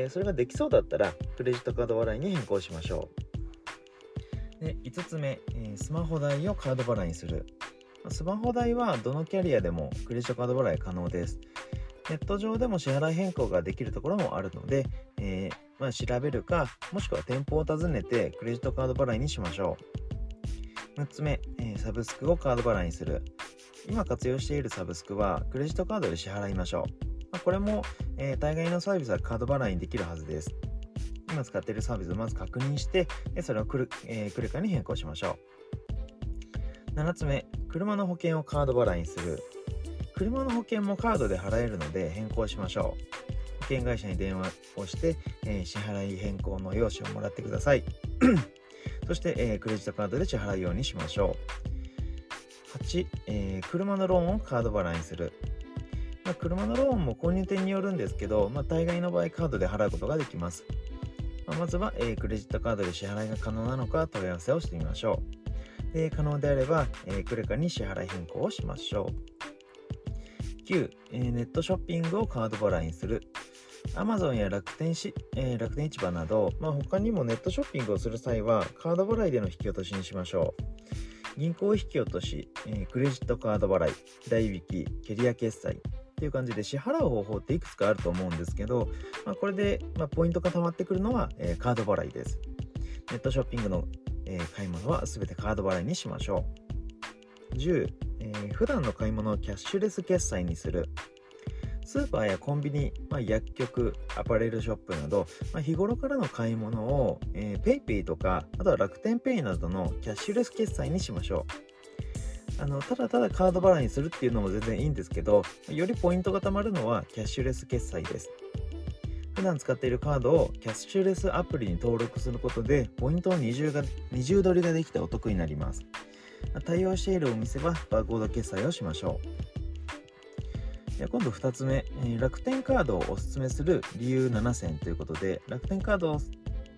それができそうだったらクレジットカード払いに変更しましょう。で、5つ目、スマホ代をカード払いにする。スマホ代はどのキャリアでもクレジットカード払い可能です。ネット上でも支払い変更ができるところもあるので、調べるかもしくは店舗を訪ねてクレジットカード払いにしましょう。6つ目、サブスクをカード払いにする。今活用しているサブスクはクレジットカードで支払いましょう。これも、大概のサービスはカード払いにできるはずです。今使っているサービスをまず確認してそれをクレカに変更しましょう。7つ目、車の保険をカード払いにする。車の保険もカードで払えるので変更しましょう。保険会社に電話をして、支払い変更の用紙をもらってください。そして、クレジットカードで支払うようにしましょう。8、車のローンをカード払いにする。車のローンも購入店によるんですけど、大概の場合カードで払うことができます。まずは、クレジットカードで支払いが可能なのか問い合わせをしてみましょう。で、可能であれば、クレカに支払い変更をしましょう。9、ネットショッピングをカード払いにする。Amazon や楽天市場など、他にもネットショッピングをする際はカード払いでの引き落としにしましょう。銀行引き落とし、クレジットカード払い、代引き、キャリア決済っていう感じで支払う方法っていくつかあると思うんですけど、これで、ポイントが溜まってくるのは、カード払いです。ネットショッピングの、買い物はすべてカード払いにしましょう。10、普段の買い物をキャッシュレス決済にする。スーパーやコンビニ、薬局、アパレルショップなど、日頃からの買い物を、PayPay とかあとは楽天ペイなどのキャッシュレス決済にしましょう。ただただカード払いにするっていうのも全然いいんですけど、よりポイントが貯まるのはキャッシュレス決済です。普段使っているカードをキャッシュレスアプリに登録することでポイントの二重取りができてお得になります。対応しているお店はバーコード決済をしましょう。今度2つ目、楽天カードをおすすめする理由7選ということで、楽天カード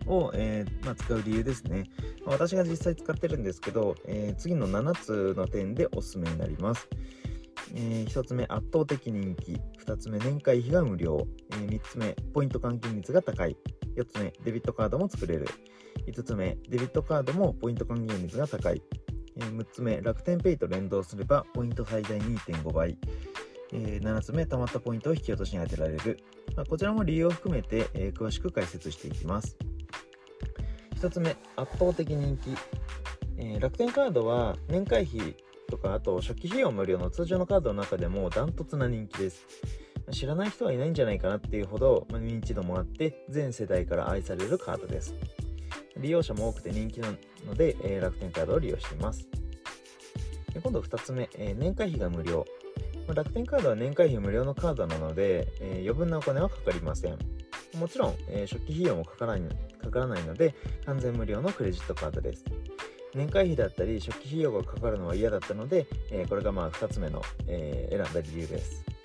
を、使う理由ですね。私が実際使ってるんですけど、次の7つの点でおすすめになります。1つ目、圧倒的人気。2つ目、年会費が無料。3つ目、ポイント還元率が高い。4つ目、デビットカードも作れる。5つ目、デビットカードもポイント還元率が高い。6つ目、楽天ペイと連動すればポイント最大 2.5 倍。7つ目、貯まったポイントを引き落としに当てられる。こちらも理由を含めて、詳しく解説していきます。1つ目、圧倒的人気。楽天カードは年会費とか、あと初期費用無料の通常のカードの中でもダントツな人気です。知らない人はいないんじゃないかなっていうほど、認知度もあって全世代から愛されるカードです。利用者も多くて人気なので、楽天カードを利用しています。今度2つ目、年会費が無料。楽天カードは年会費無料のカードなので、余分なお金はかかりません。もちろん、初期費用もかからないので完全無料のクレジットカードです。年会費だったり初期費用がかかるのは嫌だったので、これが2つ目の、選んだ理由です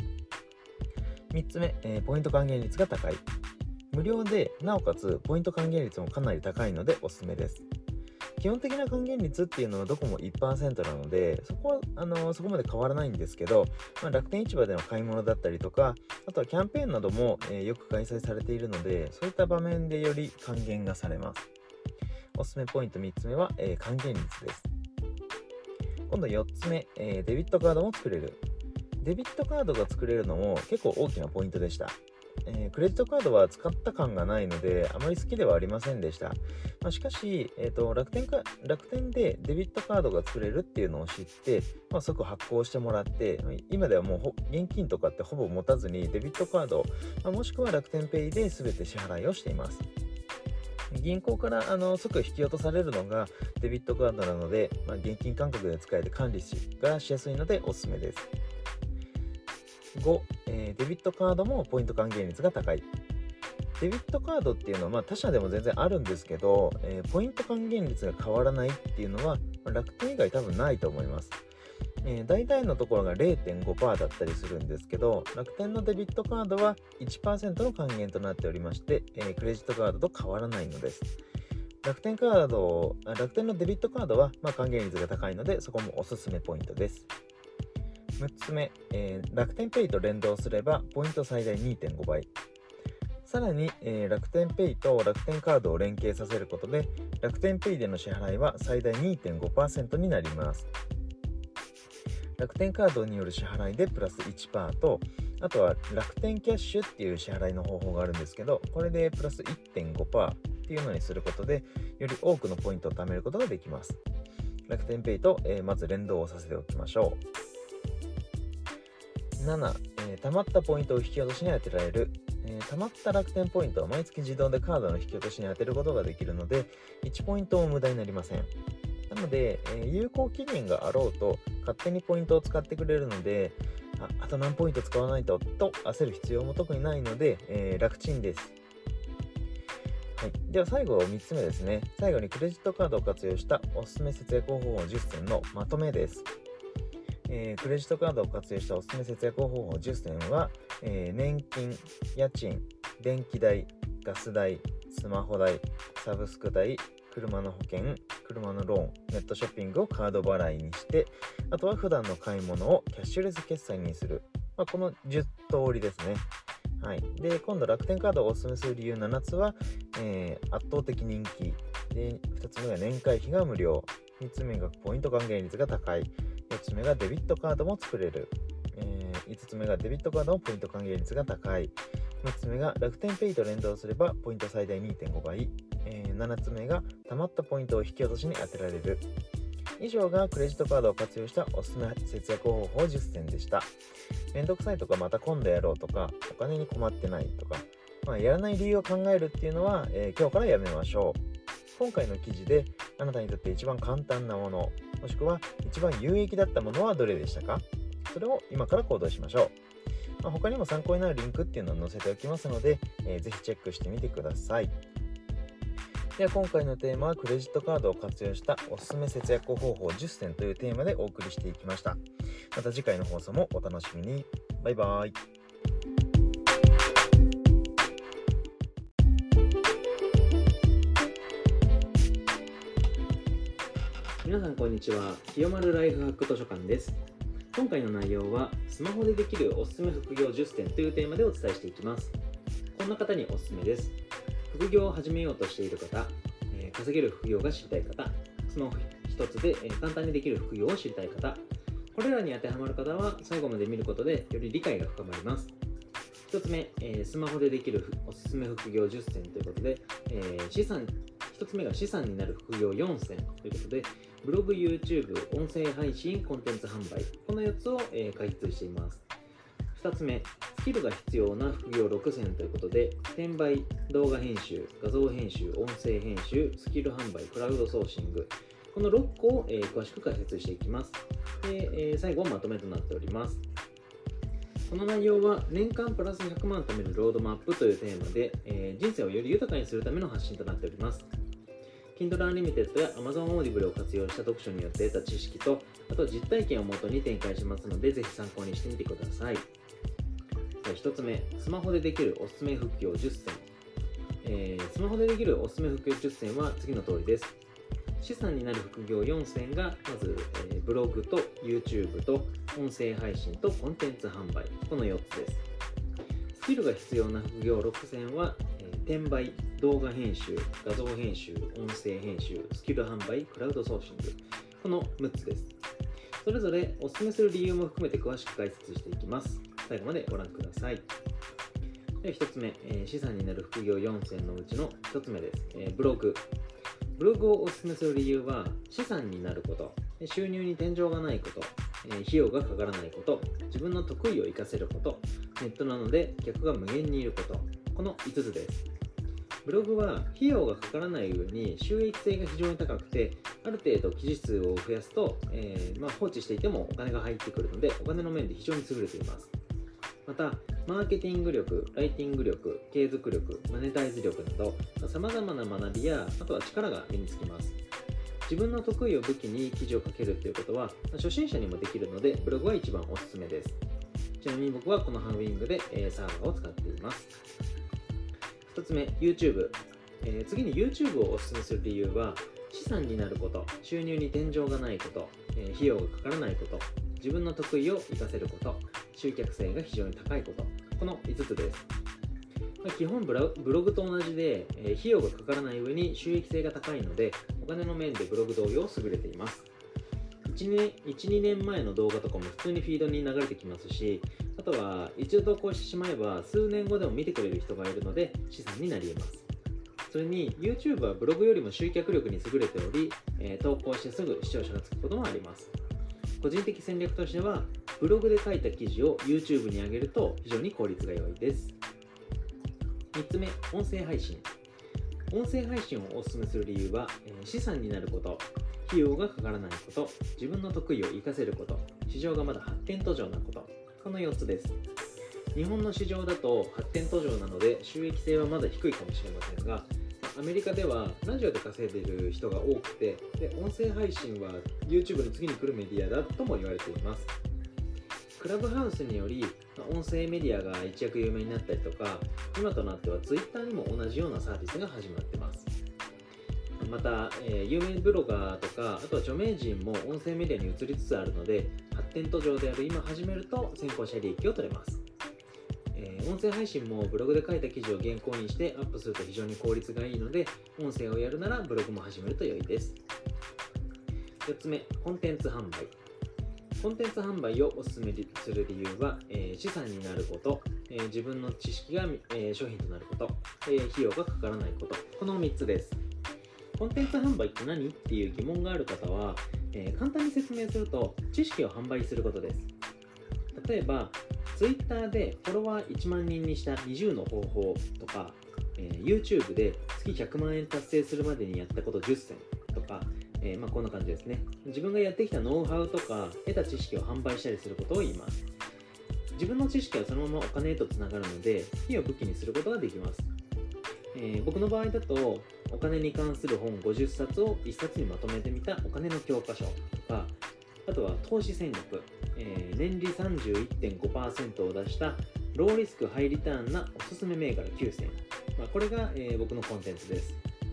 。3つ目、ポイント還元率が高い。無料でなおかつポイント還元率もかなり高いのでおすすめです。基本的な還元率っていうのはどこも 1% なので、そこはそこまで変わらないんですけど、楽天市場での買い物だったりとか、あとはキャンペーンなども、よく開催されているので、そういった場面でより還元がされます。おすすめポイント3つ目は、還元率です。今度4つ目、デビットカードも作れる。デビットカードが作れるのも結構大きなポイントでした。クレジットカードは使った感がないのであまり好きではありませんでした。しかし、楽天でデビットカードが作れるっていうのを知って、即発行してもらって、今ではもう現金とかってほぼ持たずにデビットカード、もしくは楽天ペイで全て支払いをしています。銀行から即引き落とされるのがデビットカードなので、現金感覚で使えて管理がしやすいのでおすすめです。5、デビットカードもポイント還元率が高い。デビットカードっていうのは他社でも全然あるんですけど、ポイント還元率が変わらないっていうのは楽天以外多分ないと思います。大体のところが 0.5% だったりするんですけど、楽天のデビットカードは 1% の還元となっておりまして、クレジットカードと変わらないのです。楽天のデビットカードは還元率が高いので、そこもおすすめポイントです。6つ目、楽天ペイと連動すればポイント最大 2.5 倍。さらに、楽天ペイと楽天カードを連携させることで楽天ペイでの支払いは最大 2.5% になります。楽天カードによる支払いでプラス 1% と、あとは楽天キャッシュっていう支払いの方法があるんですけど、これでプラス 1.5% っていうのにすることでより多くのポイントを貯めることができます。楽天ペイと、まず連動をさせておきましょう。7、貯まったポイントを引き落としに当てられる。貯まった楽天ポイントは毎月自動でカードの引き落としに当てることができるので、1ポイントも無駄になりません。なので、有効期限があろうと勝手にポイントを使ってくれるので、あと何ポイント使わないと焦る必要も特にないので、楽ちんです。はい、では最後3つ目ですね。最後にクレジットカードを活用したおすすめ節約方法10選のまとめです。クレジットカードを活用したおすすめ節約方法10選は、年金、家賃、電気代、ガス代、スマホ代、サブスク代、車の保険、車のローン、ネットショッピングをカード払いにして、あとは普段の買い物をキャッシュレス決済にする。この10通りですね。はい。で、今度楽天カードをおすすめする理由7つは、圧倒的人気。で、2つ目が年会費が無料。3つ目がポイント還元率が高い。4つ目がデビットカードも作れる。5つ目がデビットカードもポイント還元率が高い。6つ目が楽天ペイと連動すればポイント最大 2.5 倍。7つ目が貯まったポイントを引き落としに当てられる。以上がクレジットカードを活用したおすすめ節約方法10選でした。めんどくさいとかまた今度やろうとかお金に困ってないとか、やらない理由を考えるっていうのは、今日からやめましょう。今回の記事であなたにとって一番簡単なもの、もしくは一番有益だったものはどれでしたか？それを今から行動しましょう。他にも参考になるリンクっていうのを載せておきますので、ぜひチェックしてみてください。では今回のテーマはクレジットカードを活用したおすすめ節約方法10選というテーマでお送りしていきました。また次回の放送もお楽しみに。バイバイ。 皆さんこんにちは。清丸ライフハック図書館です。今回の内容はスマホでできるおすすめ副業10選というテーマでお伝えしていきます。こんな方におすすめです。副業を始めようとしている方、稼げる副業が知りたい方、スマホ一つで簡単にできる副業を知りたい方、これらに当てはまる方は最後まで見ることでより理解が深まります。1つ目、スマホでできるおすすめ副業10選ということで、1つ目が資産になる副業4選ということで、ブログ、YouTube、音声配信、コンテンツ販売、この4つを開発しています。2つ目、スキルが必要な副業6選ということで、転売、動画編集、画像編集、音声編集、スキル販売、クラウドソーシング、この6個を詳しく解説していきます。で、最後はまとめとなっております。この内容は年間プラス100万貯めるロードマップというテーマで、人生をより豊かにするための発信となっております。Kindle Unlimited や Amazon Audible を活用した読書によって得た知識と、あと実体験をもとに展開しますので、ぜひ参考にしてみてください。1つ目、スマホでできるおすすめ副業10選。スマホでできるおすすめ副業10選は次の通りです。資産になる副業4選が、まず、ブログと YouTube と音声配信とコンテンツ販売、この4つです。スキルが必要な副業6選は、転売、動画編集、画像編集、音声編集、スキル販売、クラウドソーシング、この6つです。それぞれお勧めする理由も含めて詳しく解説していきます。最後までご覧ください。では1つ目、資産になる副業4選のうちの1つ目です。ブログ。ブログをお勧めする理由は、資産になること、収入に天井がないこと、費用がかからないこと、自分の得意を活かせること、ネットなので客が無限にいること、この5つです。ブログは費用がかからない上に収益性が非常に高くて、ある程度記事数を増やすと、放置していてもお金が入ってくるので、お金の面で非常に優れています。また、マーケティング力、ライティング力、継続力、マネタイズ力など、様々な学びや、あとは力が身につきます。自分の得意を武器に記事を書けるということは、初心者にもできるので、ブログは一番おすすめです。ちなみに僕はこのハンウィングでサーバーを使っています。2つ目、YouTube。次に YouTube をおすすめする理由は、資産になること、収入に天井がないこと、費用がかからないこと、自分の得意を活かせること、集客性が非常に高いこと、この5つです。基本ブログと同じで、費用がかからない上に収益性が高いので、お金の面でブログ同様優れています。1、2年前の動画とかも普通にフィードに流れてきますし、あとは一度投稿してしまえば数年後でも見てくれる人がいるので資産になり得ます。それに YouTube はブログよりも集客力に優れており、投稿してすぐ視聴者がつくこともあります。個人的戦略としては、ブログで書いた記事を YouTube に上げると非常に効率が良いです。3つ目、音声配信。音声配信をお勧めする理由は、資産になること、費用がかからないこと、自分の得意を活かせること、市場がまだ発展途上なこと、この4つです。日本の市場だと発展途上なので収益性はまだ低いかもしれませんが、アメリカではラジオで稼いでいる人が多くて、で音声配信は YouTube の次に来るメディアだとも言われています。クラブハウスにより音声メディアが一躍有名になったりとか、今となっては Twitter にも同じようなサービスが始まっています。また、有名ブロガーとか、あとは著名人も音声メディアに移りつつあるので、発展途上である今始めると先行者利益を取れます。音声配信もブログで書いた記事を原稿にしてアップすると非常に効率がいいので、音声をやるならブログも始めると良いです。4つ目、コンテンツ販売。コンテンツ販売をお勧めする理由は、資産になること、自分の知識が、商品となること、費用がかからないこと、この3つです。コンテンツ販売って何っていう疑問がある方は、簡単に説明すると知識を販売することです。例えば Twitter でフォロワー1万人にした20の方法とか、YouTube で月100万円達成するまでにやったこと10選とか、こんな感じですね。自分がやってきたノウハウとか得た知識を販売したりすることを言います。自分の知識はそのままお金へとつながるので、好きを武器にすることができます。僕の場合だとお金に関する本50冊を1冊にまとめてみたお金の教科書とか、あとは投資戦略、年利 31.5% を出したローリスクハイリターンなおすすめ銘柄9選、これが、僕のコンテンツです。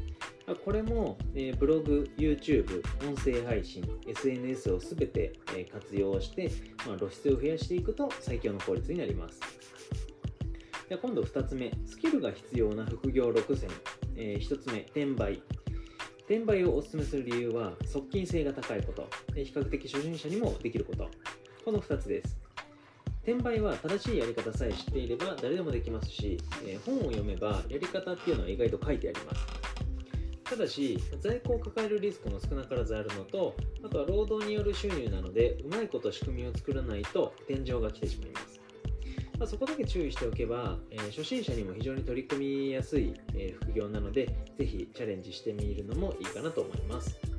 これも、ブログ、YouTube、音声配信、SNS をすべて、活用して、露出を増やしていくと最強の効率になります。では今度2つ目、スキルが必要な副業6選。1つ目、転売。転売をお勧めする理由は、側近性が高いこと、比較的初心者にもできること。この2つです。転売は正しいやり方さえ知っていれば誰でもできますし、本を読めばやり方っていうのは意外と書いてあります。ただし、在庫を抱えるリスクも少なからずあるのと、あとは労働による収入なので、うまいこと仕組みを作らないと天井が来てしまいます。そこだけ注意しておけば、初心者にも非常に取り組みやすい、副業なので、ぜひチャレンジしてみるのもいいかなと思います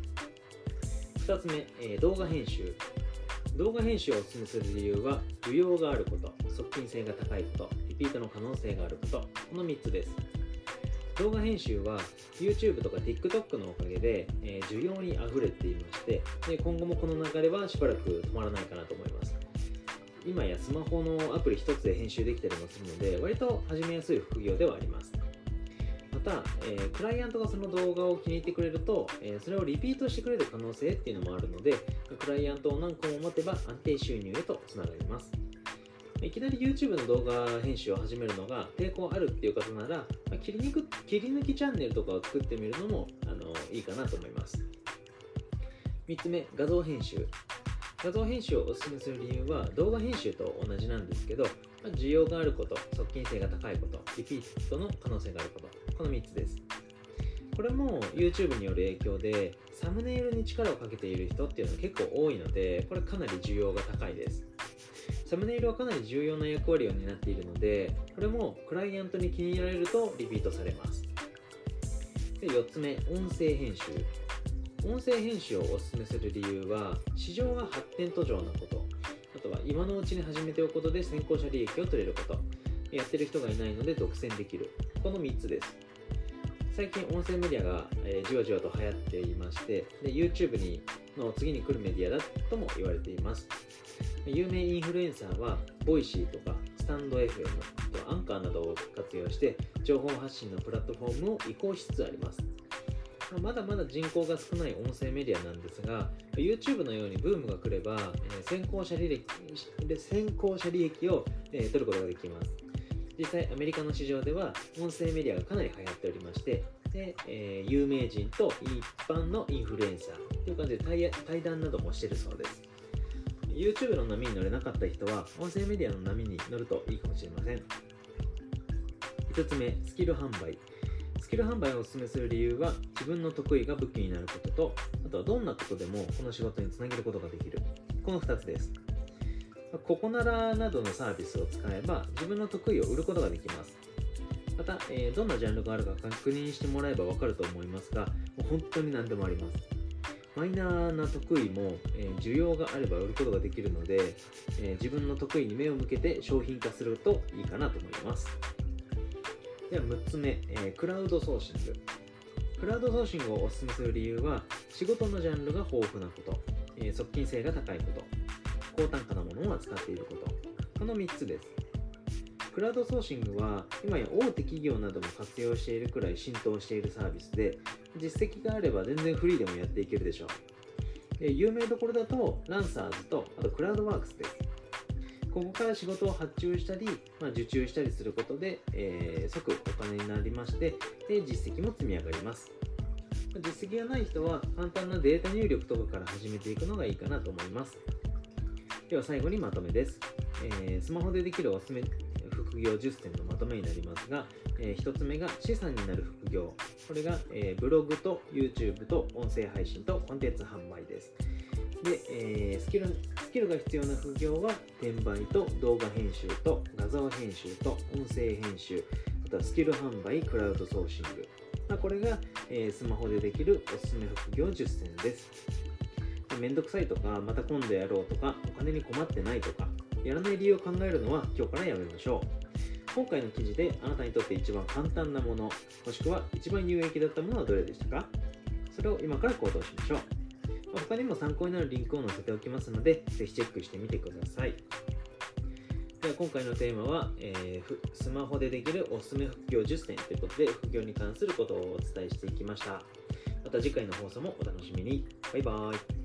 。2つ目、動画編集。動画編集をお勧めする理由は、需要があること、側近性が高いこと、リピートの可能性があること、この3つです。動画編集は YouTube とか TikTok のおかげで、需要にあふれていまして、今後もこの流れはしばらく止まらないかなと思います。今やスマホのアプリ一つで編集できたりもするので、割と始めやすい副業ではあります。また、クライアントがその動画を気に入ってくれると、それをリピートしてくれる可能性っていうのもあるので、クライアントを何個も持てば安定収入へとつながります。いきなり YouTube の動画編集を始めるのが抵抗あるっていう方なら、切り抜きチャンネルとかを作ってみるのもいいかなと思います。3つ目、画像編集。画像編集をお勧めする理由は動画編集と同じなんですけど、需要があること、側近性が高いこと、リピートの可能性があること、この3つです。これも YouTube による影響でサムネイルに力をかけている人っていうのは結構多いので、これかなり需要が高いです。サムネイルはかなり重要な役割を担っているので、これもクライアントに気に入られるとリピートされます。で、4つ目、音声編集。音声編集をお勧めする理由は、市場が発展途上なこと、あとは今のうちに始めておくことで先行者利益を取れること、やってる人がいないので独占できる、この3つです。最近音声メディアがじわじわと流行っていまして、で YouTube の次に来るメディアだとも言われています。有名インフルエンサーはボイシーとかスタンド FM、アンカーなどを活用して情報発信のプラットフォームを移行しつつあります。まだまだ人口が少ない音声メディアなんですが、 YouTube のようにブームが来れば先行者利益を取ることができます。実際アメリカの市場では音声メディアがかなり流行っておりまして、で有名人と一般のインフルエンサーという感じで対談などもしているそうです。 YouTube の波に乗れなかった人は音声メディアの波に乗るといいかもしれません。1つ目、スキル販売。スキル販売をお勧めする理由は、自分の得意が武器になることと、あとはどんなことでもこの仕事につなげることができる、この2つです。ココナラなどのサービスを使えば自分の得意を売ることができます。また、どんなジャンルがあるか確認してもらえば分かると思いますが、本当に何でもあります。マイナーな得意も、需要があれば売ることができるので、自分の得意に目を向けて商品化するといいかなと思います。では6つ目、クラウドソーシング。クラウドソーシングをお勧めする理由は、仕事のジャンルが豊富なこと、側近性が高いこと、高単価なものを扱っていること、この3つです。クラウドソーシングは今や大手企業なども活用しているくらい浸透しているサービスで、実績があれば全然フリーでもやっていけるでしょう。有名どころだとランサーズと、あとクラウドワークスです。ここから仕事を発注したり、受注したりすることで、即お金になりまして、で実績も積み上がります。実績がない人は簡単なデータ入力とかから始めていくのがいいかなと思います。では最後にまとめです。スマホでできるおすすめ副業10選のまとめになりますが、1つ目が資産になる副業。これが、ブログと YouTube と音声配信とコンテンツ販売です。で、スキルが必要な副業は転売と動画編集と画像編集と音声編集、あとはスキル販売、クラウドソーシング。これが、スマホでできるおすすめ副業10選です。めんどくさいとか、また今度やろうとか、お金に困ってないとか、やらない理由を考えるのは今日からやめましょう。今回の記事であなたにとって一番簡単なもの、もしくは一番有益だったものはどれでしたか？それを今から行動しましょう。他にも参考になるリンクを載せておきますので、ぜひチェックしてみてください。ではあ今回のテーマは、スマホでできるおすすめ副業10選ということで、副業に関することをお伝えしていきました。また次回の放送もお楽しみに。バイバイ。